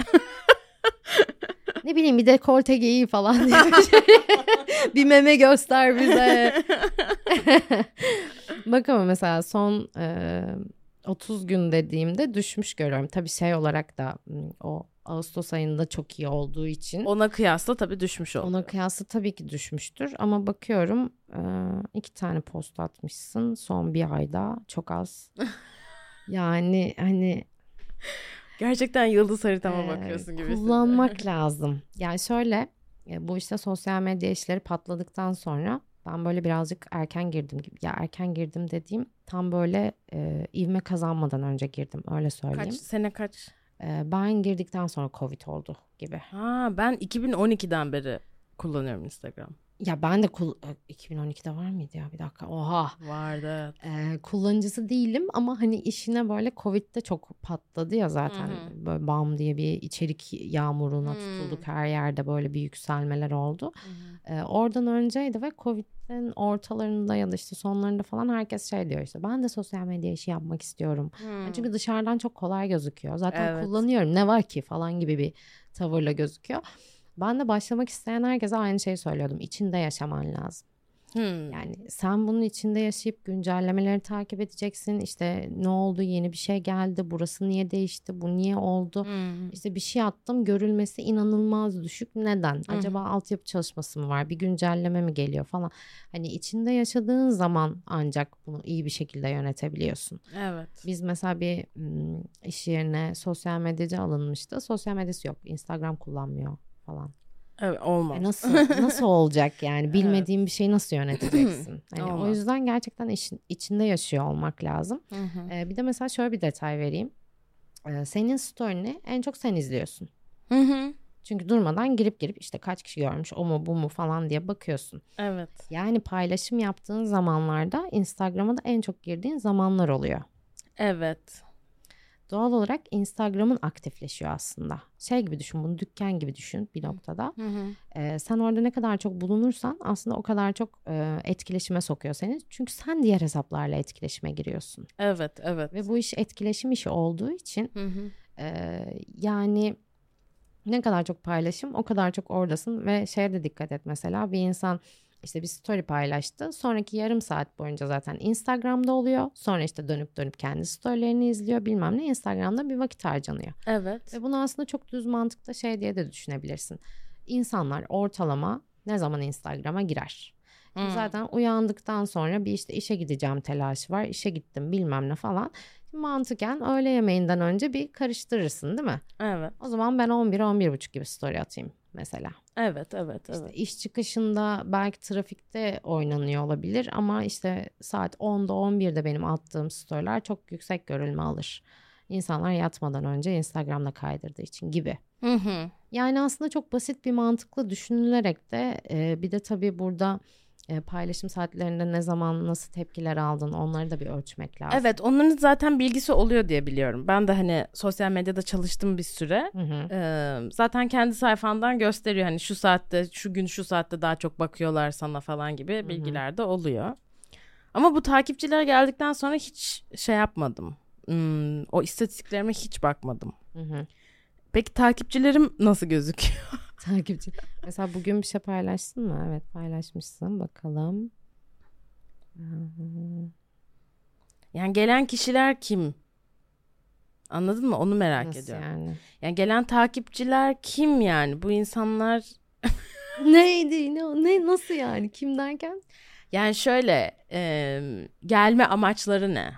Ne bileyim bir dekolte giy falan diye bir şey. Bir meme göster bize. Bak ama mesela son 30 gün dediğimde düşmüş görüyorum. Tabii şey olarak da o Ağustos ayında çok iyi olduğu için. Ona kıyasla tabii düşmüş oldu. Ona kıyasla tabii ki düşmüştür. Ama bakıyorum 2 tane post atmışsın son bir ayda. Çok az. Yani hani... Gerçekten yıldız haritama bakıyorsun gibi. Kullanmak lazım. Yani şöyle bu işte sosyal medya işleri patladıktan sonra ben böyle birazcık erken girdim gibi. Ya erken girdim dediğim tam böyle ivme kazanmadan önce girdim öyle söyleyeyim. Sene kaç? Ben girdikten sonra Covid oldu gibi. Ben 2012'den beri kullanıyorum Instagram. Ya ben de 2012'de var mıydı ya bir dakika oha. Vardı. Kullanıcısı değilim ama hani işine böyle Covid'de çok patladı ya zaten. Böyle bam diye bir içerik yağmuruna tutulduk her yerde böyle bir yükselmeler oldu. Oradan önceydi ve Covid'in ortalarında ya da işte sonlarında falan herkes şey diyor işte ben de sosyal medya işi yapmak istiyorum. Yani çünkü dışarıdan çok kolay gözüküyor. Zaten kullanıyorum ne var ki falan gibi bir tavırla gözüküyor. Ben de başlamak isteyen herkese aynı şeyi söylüyordum. İçinde yaşaman lazım. Yani sen bunun içinde yaşayıp güncellemeleri takip edeceksin. İşte ne oldu, yeni bir şey geldi, burası niye değişti, bu niye oldu? İşte bir şey attım, görülmesi inanılmaz düşük. Neden? Acaba altyapı çalışması mı var? Bir güncelleme mi geliyor falan. Hani içinde yaşadığın zaman ancak bunu iyi bir şekilde yönetebiliyorsun. Evet. Biz mesela bir iş yerine sosyal medyacı alınmıştı. Sosyal medyası yok. Instagram kullanmıyor falan. Evet, olmaz. Nasıl olacak yani bilmediğin bir şeyi nasıl yöneteceksin? Yani o yüzden gerçekten işin içinde yaşıyor olmak lazım. Bir de mesela şöyle bir detay vereyim. Senin story'ni en çok sen izliyorsun. Çünkü durmadan girip işte kaç kişi görmüş o mu bu mu falan diye bakıyorsun. Evet. Yani paylaşım yaptığın zamanlarda Instagram'a da en çok girdiğin zamanlar oluyor. Evet. Doğal olarak Instagram'ın aktifleşiyor aslında. Şey gibi düşün, bunu dükkan gibi düşün bir noktada. Sen orada ne kadar çok bulunursan aslında o kadar çok etkileşime sokuyor seni. Çünkü sen diğer hesaplarla etkileşime giriyorsun. Evet. Ve bu iş etkileşim işi olduğu için yani ne kadar çok paylaşım o kadar çok oradasın. Ve şeye de dikkat et mesela bir insan... İşte bir story paylaştı. Sonraki yarım saat boyunca zaten Instagram'da oluyor. Sonra işte dönüp kendi storylerini izliyor bilmem ne. Instagram'da bir vakit harcanıyor. Evet. Ve bunu aslında çok düz mantıkta şey diye de düşünebilirsin. İnsanlar ortalama ne zaman Instagram'a girer? Şimdi zaten uyandıktan sonra bir işte işe gideceğim telaşı var. İşe gittim bilmem ne falan. Şimdi mantıken öğle yemeğinden önce bir karıştırırsın değil mi? Evet. O zaman ben 11-11.30 gibi story atayım mesela. Evet. İşte iş çıkışında belki trafikte oynanıyor olabilir ama işte saat 10'da 11'de benim attığım storyler çok yüksek görülme alır. İnsanlar yatmadan önce Instagram'da kaydırdığı için gibi. Yani aslında çok basit bir mantıkla düşünülerek de bir de tabii burada paylaşım saatlerinde ne zaman nasıl tepkiler aldın onları da bir ölçmek lazım. Evet, onların zaten bilgisi oluyor diye biliyorum. Ben de hani sosyal medyada çalıştım bir süre. Zaten kendi sayfandan gösteriyor hani şu saatte, şu gün şu saatte daha çok bakıyorlar sana falan gibi bilgiler de oluyor. Ama bu takipçiler geldikten sonra hiç şey yapmadım. O istatistiklerime hiç bakmadım. Peki takipçilerim nasıl gözüküyor? Takipçi. Mesela bugün bir şey paylaştın mı? Evet paylaşmışsın. Bakalım. Yani gelen kişiler kim? Anladın mı? Onu merak Nasıl ediyorum. yani? Yani gelen takipçiler kim yani? Bu insanlar Neydi? Ne nasıl yani? Kim derken? yani şöyle gelme amaçları ne?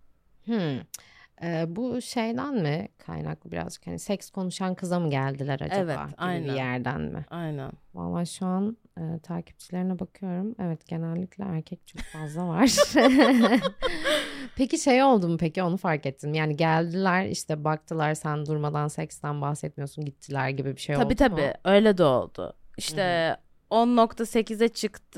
Bu şeyden mi kaynaklı birazcık, hani seks konuşan kıza mı geldiler acaba Evet, gibi aynen. bir yerden mi? Aynen. Vallahi şu an takipçilerine bakıyorum. Evet, genellikle erkek çok fazla var. Peki şey oldu mu, peki onu fark ettim. Yani geldiler işte, baktılar sen durmadan seksten bahsetmiyorsun, gittiler gibi bir şey oldu mu? Tabii öyle de oldu. İşte 10.8'e çıktı,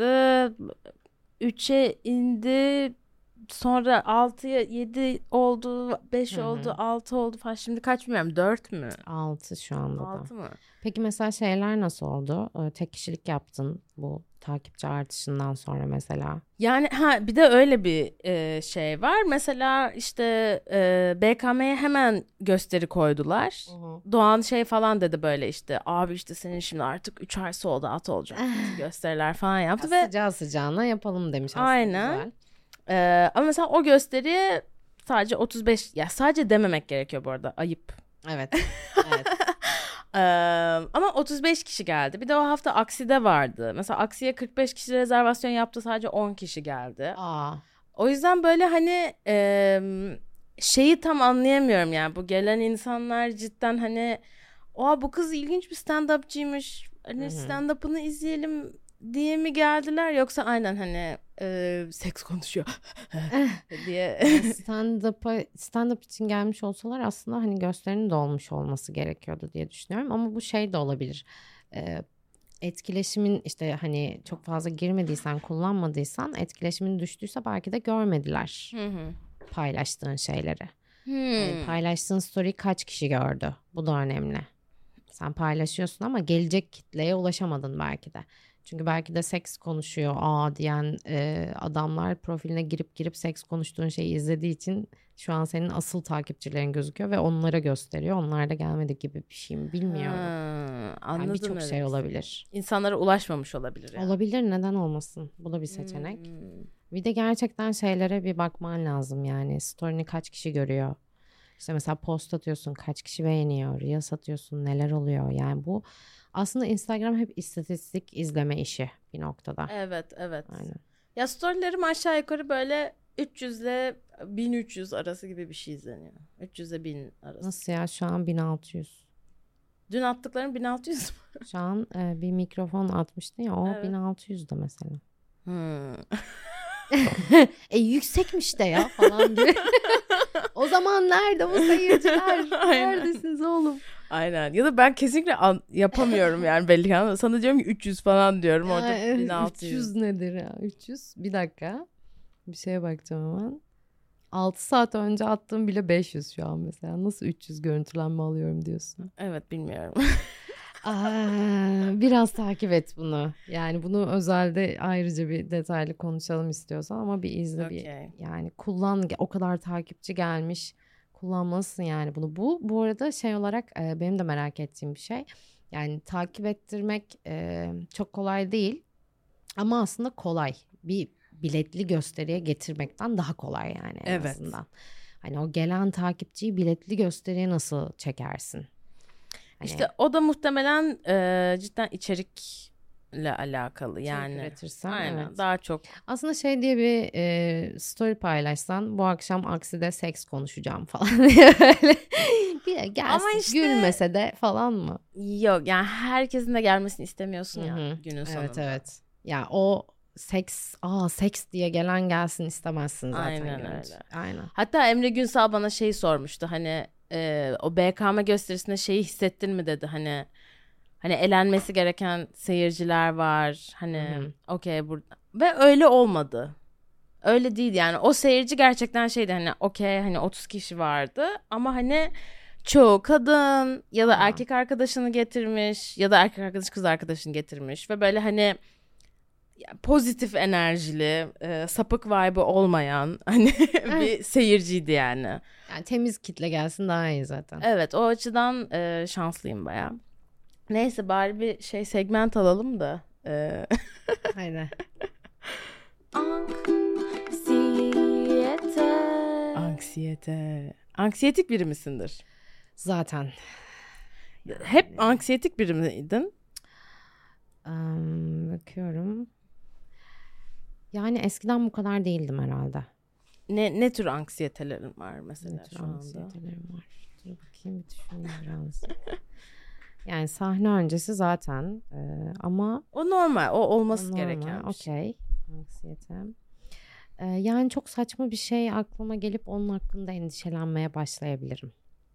3'e indi, sonra 6'ya 7 oldu, 5 oldu, 6 oldu falan. Şimdi kaç bilmiyorum, 4 mü? 6 şu anda da. 6 mı? Peki mesela şeyler nasıl oldu? Tek kişilik yaptın bu takipçi artışından sonra mesela. Yani bir de öyle bir şey var. Mesela işte BKM'ye hemen gösteri koydular. Doğan şey falan dedi böyle, işte abi işte senin şimdi artık 3 ay solda at olacak gösteriler falan yaptı ve Sıcağı sıcağına yapalım demiş aslında. aynen. Güzel. Ama mesela o gösteriye sadece 35, ya sadece dememek gerekiyor bu arada, ayıp. Evet. Evet. Ama 35 kişi geldi. Bir de o hafta Aksi'de vardı. Mesela Aksi'ye 45 kişi rezervasyon yaptı, sadece 10 kişi geldi. O yüzden böyle hani şeyi tam anlayamıyorum yani, bu gelen insanlar cidden hani bu kız ilginç bir stand-upçıymış, hani stand-up'ını izleyelim diye mi geldiler, yoksa aynen hani seks konuşuyor diye. Stand-up için gelmiş olsalar aslında hani gösterinin de olmuş olması gerekiyordu diye düşünüyorum. Ama bu şey de olabilir. Etkileşimin işte hani çok fazla girmediysen, kullanmadıysan, etkileşimin düştüyse belki de görmediler paylaştığın şeyleri. Yani paylaştığın story kaç kişi gördü? Bu da önemli. Sen paylaşıyorsun ama gelecek kitleye ulaşamadın belki de. Çünkü belki de seks konuşuyor diyen adamlar profiline girip seks konuştuğun şeyi izlediği için şu an senin asıl takipçilerin gözüküyor ve onlara gösteriyor. Onlar da gelmedi gibi bir şey mi bilmiyorum. Anladım. Yani birçok şey olabilir. İnsanlara ulaşmamış olabilir yani. Olabilir, neden olmasın? Bu da bir seçenek. Bir de gerçekten şeylere bir bakman lazım yani. Story'ni kaç kişi görüyor? İşte mesela post atıyorsun, kaç kişi beğeniyor? Reels atıyorsun, neler oluyor? Yani bu aslında Instagram hep istatistik izleme işi bir noktada. Evet. Aynen. Ya storylerim aşağı yukarı böyle 300 ile 1300 arası gibi bir şey izleniyor. 300 ile 1000 arası. Nasıl ya, şu an 1600. Dün attıklarım 1600 mü? Şu an bir mikrofon atmıştın ya, o Evet. 1600'de mesela. Yüksekmiş de ya falan gibi. O zaman nerede bu seyirciler? Neredesiniz oğlum? Aynen. Ya da ben kesinlikle yapamıyorum yani belli ki. Sana diyorum ki 300 falan diyorum. Orada 1600. 300 nedir ya? 300. Bir dakika. Bir şeye bakacağım hemen. 6 saat önce attığım bile 500 şu an mesela. Nasıl 300 görüntülenme alıyorum diyorsun? Evet, bilmiyorum. Biraz takip et bunu. Yani bunu özelde ayrıca bir detaylı konuşalım istiyorsan, ama bir izle Okay. yani kullan, o kadar takipçi gelmiş, kullanmalısın yani bunu. Bu arada şey olarak benim de merak ettiğim bir şey. Yani takip ettirmek çok kolay değil ama aslında kolay. Bir biletli gösteriye getirmekten daha kolay yani en azından. Hani o gelen takipçiyi biletli gösteriye nasıl çekersin? Hani, İşte o da muhtemelen cidden içerikle alakalı yani. Üretirsen, aynen, evet. daha çok. Aslında şey diye bir story paylaşsan, bu akşam Aksi'de seks konuşacağım falan diye böyle bir gelsin, ama işte, gülmese de falan mı? Yok yani herkesin de gelmesini istemiyorsun ya günün sonunda. Evet. Ya o seks diye gelen gelsin istemezsin zaten. Aynen görüntü. öyle. Aynen. Hatta Emre Günsal bana şey sormuştu, hani o BKM gösterisinde şeyi hissettin mi dedi, hani elenmesi gereken seyirciler var, hani okey burada, ve öyle olmadı. Öyle değil yani, o seyirci gerçekten şeydi, hani okey, hani 30 kişi vardı ama hani çoğu kadın ya da erkek arkadaşını getirmiş ya da erkek arkadaş kız arkadaşını getirmiş ve böyle hani pozitif enerjili, sapık vibe'ı olmayan hani bir seyirciydi yani. Yani temiz kitle gelsin daha iyi zaten. Evet, o açıdan şanslıyım bayağı. Neyse, bari bir şey segment alalım da. Haydi. Anksiyete. Anksiyetik biri misindir? Zaten. Hep anksiyetik biri miydin? Bakıyorum. Yani eskiden bu kadar değildim herhalde. Ne tür anksiyetelerin var mesela ne tür şu anda? Anksiyetelerim var. Dur bakayım bir düşüneyim biraz. Yani sahne öncesi zaten ama... O normal, o olması gereken bir şey. Okey. Anksiyete. Yani çok saçma bir şey aklıma gelip onun hakkında endişelenmeye başlayabilirim.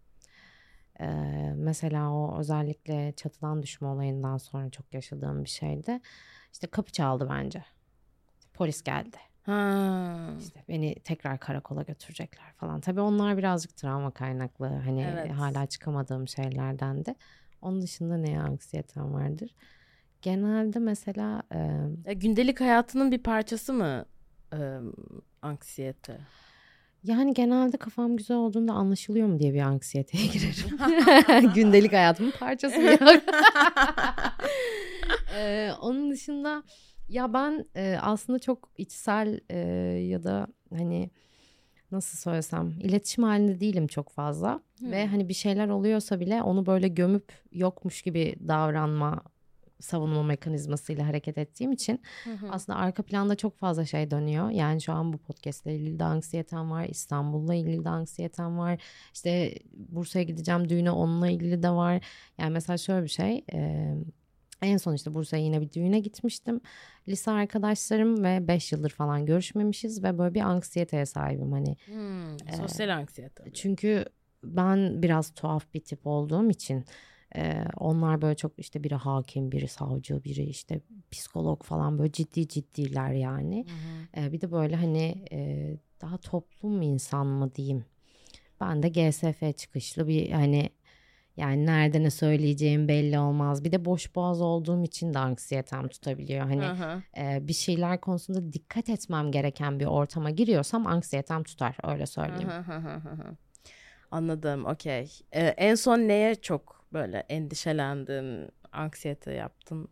Mesela o özellikle çatıdan düşme olayından sonra çok yaşadığım bir şeydi. İşte kapı çaldı bence. Polis geldi. İşte beni tekrar karakola götürecekler falan. Tabii onlar birazcık travma kaynaklı. Hani hala çıkamadığım şeylerdendi. Onun dışında neye anksiyetem vardır? Genelde mesela... gündelik hayatının bir parçası mı anksiyete? Yani genelde kafam güzel olduğunda anlaşılıyor mu diye bir anksiyeteye girerim. Gündelik hayatımın parçası bir onun dışında ya ben aslında çok içsel ya da hani nasıl söylesem iletişim halinde değilim çok fazla. Ve hani bir şeyler oluyorsa bile onu böyle gömüp yokmuş gibi davranma savunma mekanizmasıyla hareket ettiğim için aslında arka planda çok fazla şey dönüyor. Yani şu an bu podcast'le ilgili de anksiyetem var. İstanbul'la ilgili de anksiyetem var. İşte Bursa'ya gideceğim düğüne onunla ilgili de var. Yani mesela şöyle bir şey. En son işte Bursa'ya yine bir düğüne gitmiştim. Lise arkadaşlarım ve 5 yıldır falan görüşmemişiz ve böyle bir anksiyeteye sahibim. Hani sosyal anksiyete. Çünkü ben biraz tuhaf bir tip olduğum için onlar böyle çok işte biri hakim, biri savcı, biri işte psikolog falan böyle ciddiler yani. Bir de böyle hani daha toplum insan mı diyeyim. Ben de GSF çıkışlı bir hani yani nerede ne söyleyeceğim belli olmaz. Bir de boş boğaz olduğum için de anksiyetem tutabiliyor. Hani bir şeyler konusunda dikkat etmem gereken bir ortama giriyorsam anksiyetem tutar öyle söyleyeyim. Anladım, okey. En son neye çok böyle endişelendin, anksiyete yaptın?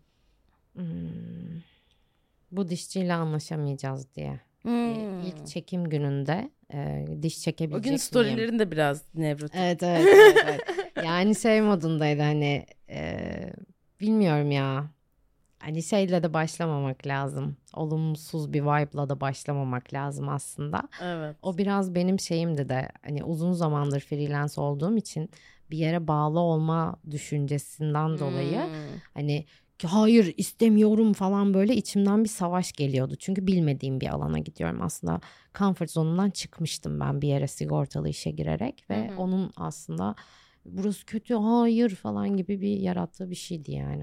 Bu dişçiyle anlaşamayacağız diye. İlk çekim gününde diş çekebilecek miyim? O gün storylerin de biraz nevrotik. Evet. Yani şey modundaydı hani bilmiyorum ya. Hani şeyle de başlamamak lazım. Olumsuz bir vibe'la da başlamamak lazım aslında. Evet. O biraz benim şeyimdi de hani uzun zamandır freelance olduğum için bir yere bağlı olma düşüncesinden dolayı hani hayır istemiyorum falan böyle içimden bir savaş geliyordu. Çünkü bilmediğim bir alana gidiyorum aslında. Comfort zone'umdan çıkmıştım ben bir yere sigortalı işe girerek ve onun aslında burası kötü hayır falan gibi bir yarattığı bir şeydi yani.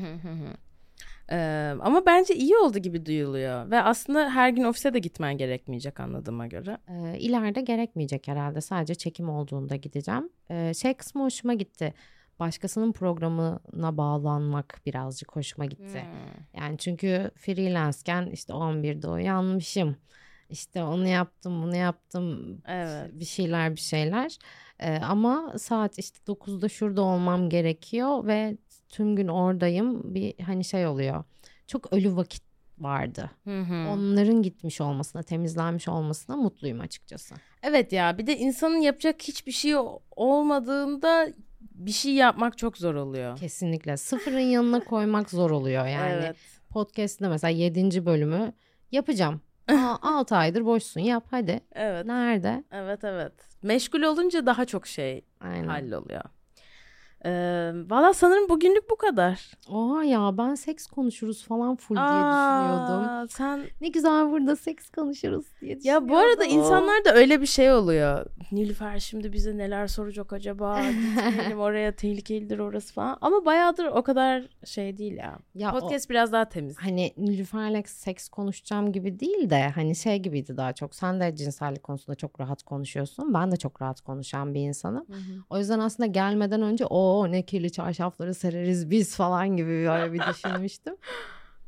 Ama bence iyi oldu gibi duyuluyor ve aslında her gün ofise de gitmen gerekmeyecek anladığıma göre. İleride gerekmeyecek herhalde, sadece çekim olduğunda gideceğim. Şey kısmı hoşuma gitti, başkasının programına bağlanmak birazcık hoşuma gitti. Yani çünkü freelance'ken işte 11'de uyanmışım, işte onu yaptım bunu yaptım, evet. bir şeyler ama saat işte 9'da şurada olmam gerekiyor ve tüm gün oradayım, bir hani şey oluyor, çok ölü vakit vardı. Onların gitmiş olmasına, temizlenmiş olmasına mutluyum açıkçası. Evet ya, bir de insanın yapacak hiçbir şey olmadığında bir şey yapmak çok zor oluyor. Kesinlikle sıfırın yanına koymak zor oluyor yani. Evet. Podcast'te mesela 7. bölümü yapacağım. 6 aydır boşsun, yap hadi. Evet. Nerede? Evet. Meşgul olunca daha çok şey halloluyor. Valla sanırım bugünlük bu kadar. Oha ya, ben seks konuşuruz falan full diye düşünüyordum. Sen... Ne güzel burada seks konuşuruz diye düşünüyordum. Ya bu arada insanlar da öyle bir şey oluyor. Nilüfer şimdi bize neler soracak acaba? Gitmeyelim oraya, tehlikelidir orası falan. Ama bayağıdır o kadar şey değil ya. Podcast biraz daha temiz. Hani Nilüfer'le seks konuşacağım gibi değil de hani şey gibiydi daha çok. Sen de cinsellik konusunda çok rahat konuşuyorsun. Ben de çok rahat konuşan bir insanım. O yüzden aslında gelmeden önce ne kirli çarşafları sereriz biz falan gibi böyle bir düşünmüştüm.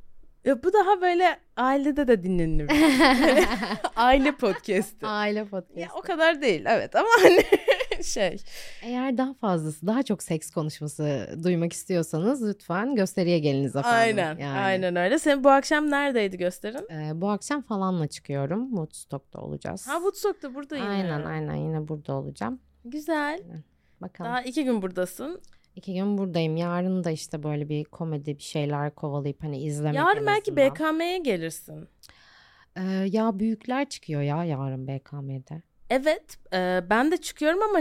Ya bu daha böyle ailede de dinlenir. Aile podcast'i. Aile podcast'i. Ya o kadar değil evet ama hani Eğer daha fazlası, daha çok seks konuşması duymak istiyorsanız lütfen gösteriye geliniz efendim. Aynen, yani. Aynen öyle. Senin bu akşam neredeydi gösterin? Bu akşam falanla çıkıyorum. Woodstock'ta olacağız. Ha Woodstock'ta burada yine. Aynen yine burada olacağım. Güzel. Bakalım. Daha 2 gün buradasın. 2 gün buradayım. Yarın da işte böyle bir komedi bir şeyler kovalayıp hani izlemek. Yarın belki BKM'ye gelirsin. Ya büyükler çıkıyor ya yarın BKM'de. Evet ben de çıkıyorum ama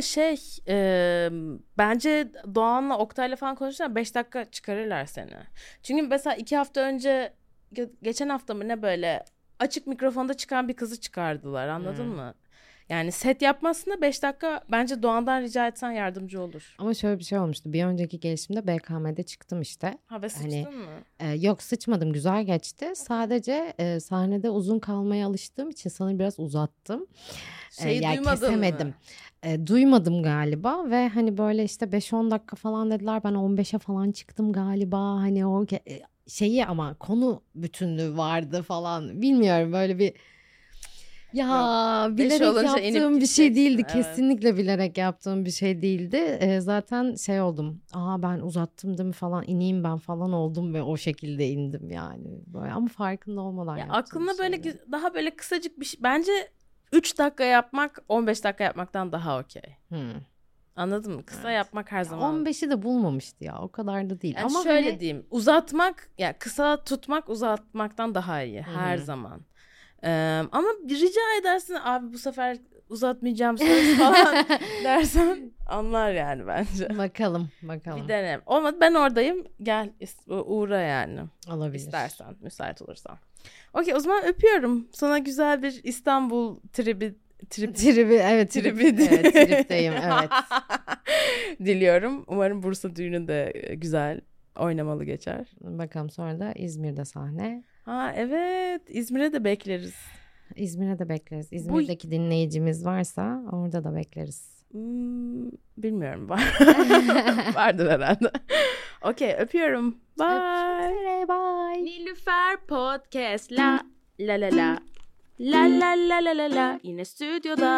bence Doğan'la Oktay'la falan konuşursan 5 dakika çıkarırlar seni. Çünkü mesela 2 hafta önce geçen hafta mı ne böyle açık mikrofonda çıkan bir kızı çıkardılar anladın mı? Yani set yapmasın da 5 dakika bence Doğan'dan rica etsen yardımcı olur. Ama şöyle bir şey olmuştu. Bir önceki gelişimde BKM'de çıktım işte. Ha ve sıçtın mı? Yok sıçmadım, güzel geçti. Sadece sahnede uzun kalmaya alıştığım için sana biraz uzattım. Yani kesemedim. Duymadım galiba ve hani böyle işte 5-10 dakika falan dediler. Ben 15'e falan çıktım galiba. Hani o şeyi ama konu bütünlüğü vardı falan. Bilmiyorum böyle bir... Ya yok, bilerek yaptığım bir şey değildi. Evet. Kesinlikle bilerek yaptığım bir şey değildi. Zaten şey oldum. Ben uzattım değil mi falan, ineyim ben falan oldum ve o şekilde indim yani. Böyle, ama farkında olmadan yaptım. Aklına böyle daha böyle kısacık bir şey. Bence 3 dakika yapmak 15 dakika yapmaktan daha okey. Anladın mı? Kısa yapmak her zaman. 15'i de bulmamıştı ya. O kadar da değil. Yani ama şöyle hani... diyeyim. Uzatmak ya kısa tutmak uzatmaktan daha iyi her zaman. Ama rica edersin abi bu sefer uzatmayacağım söz falan dersen anlar yani bence. Bakalım. Bir denem. Olmadı ben oradayım. Gel uğra yani. Olabilir. İstersen müsait olursan. Okey o zaman öpüyorum. Sana güzel bir İstanbul tribi evet tripteyim evet. Diliyorum. Umarım Bursa düğünü de güzel oynamalı geçer. Bakalım sonra da İzmir'de sahne. Ha evet İzmir'e de bekleriz. İzmir'deki dinleyicimiz varsa orada da bekleriz. Bilmiyorum vardır herhalde. Okey öpüyorum. Bye. Bye. Nilüfer Podcast la la la la. La la la la la la yine stüdyoda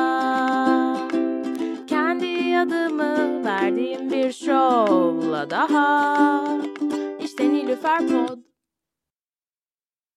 kendi adımı verdiğim bir şovla daha işte Nilüfer Pod.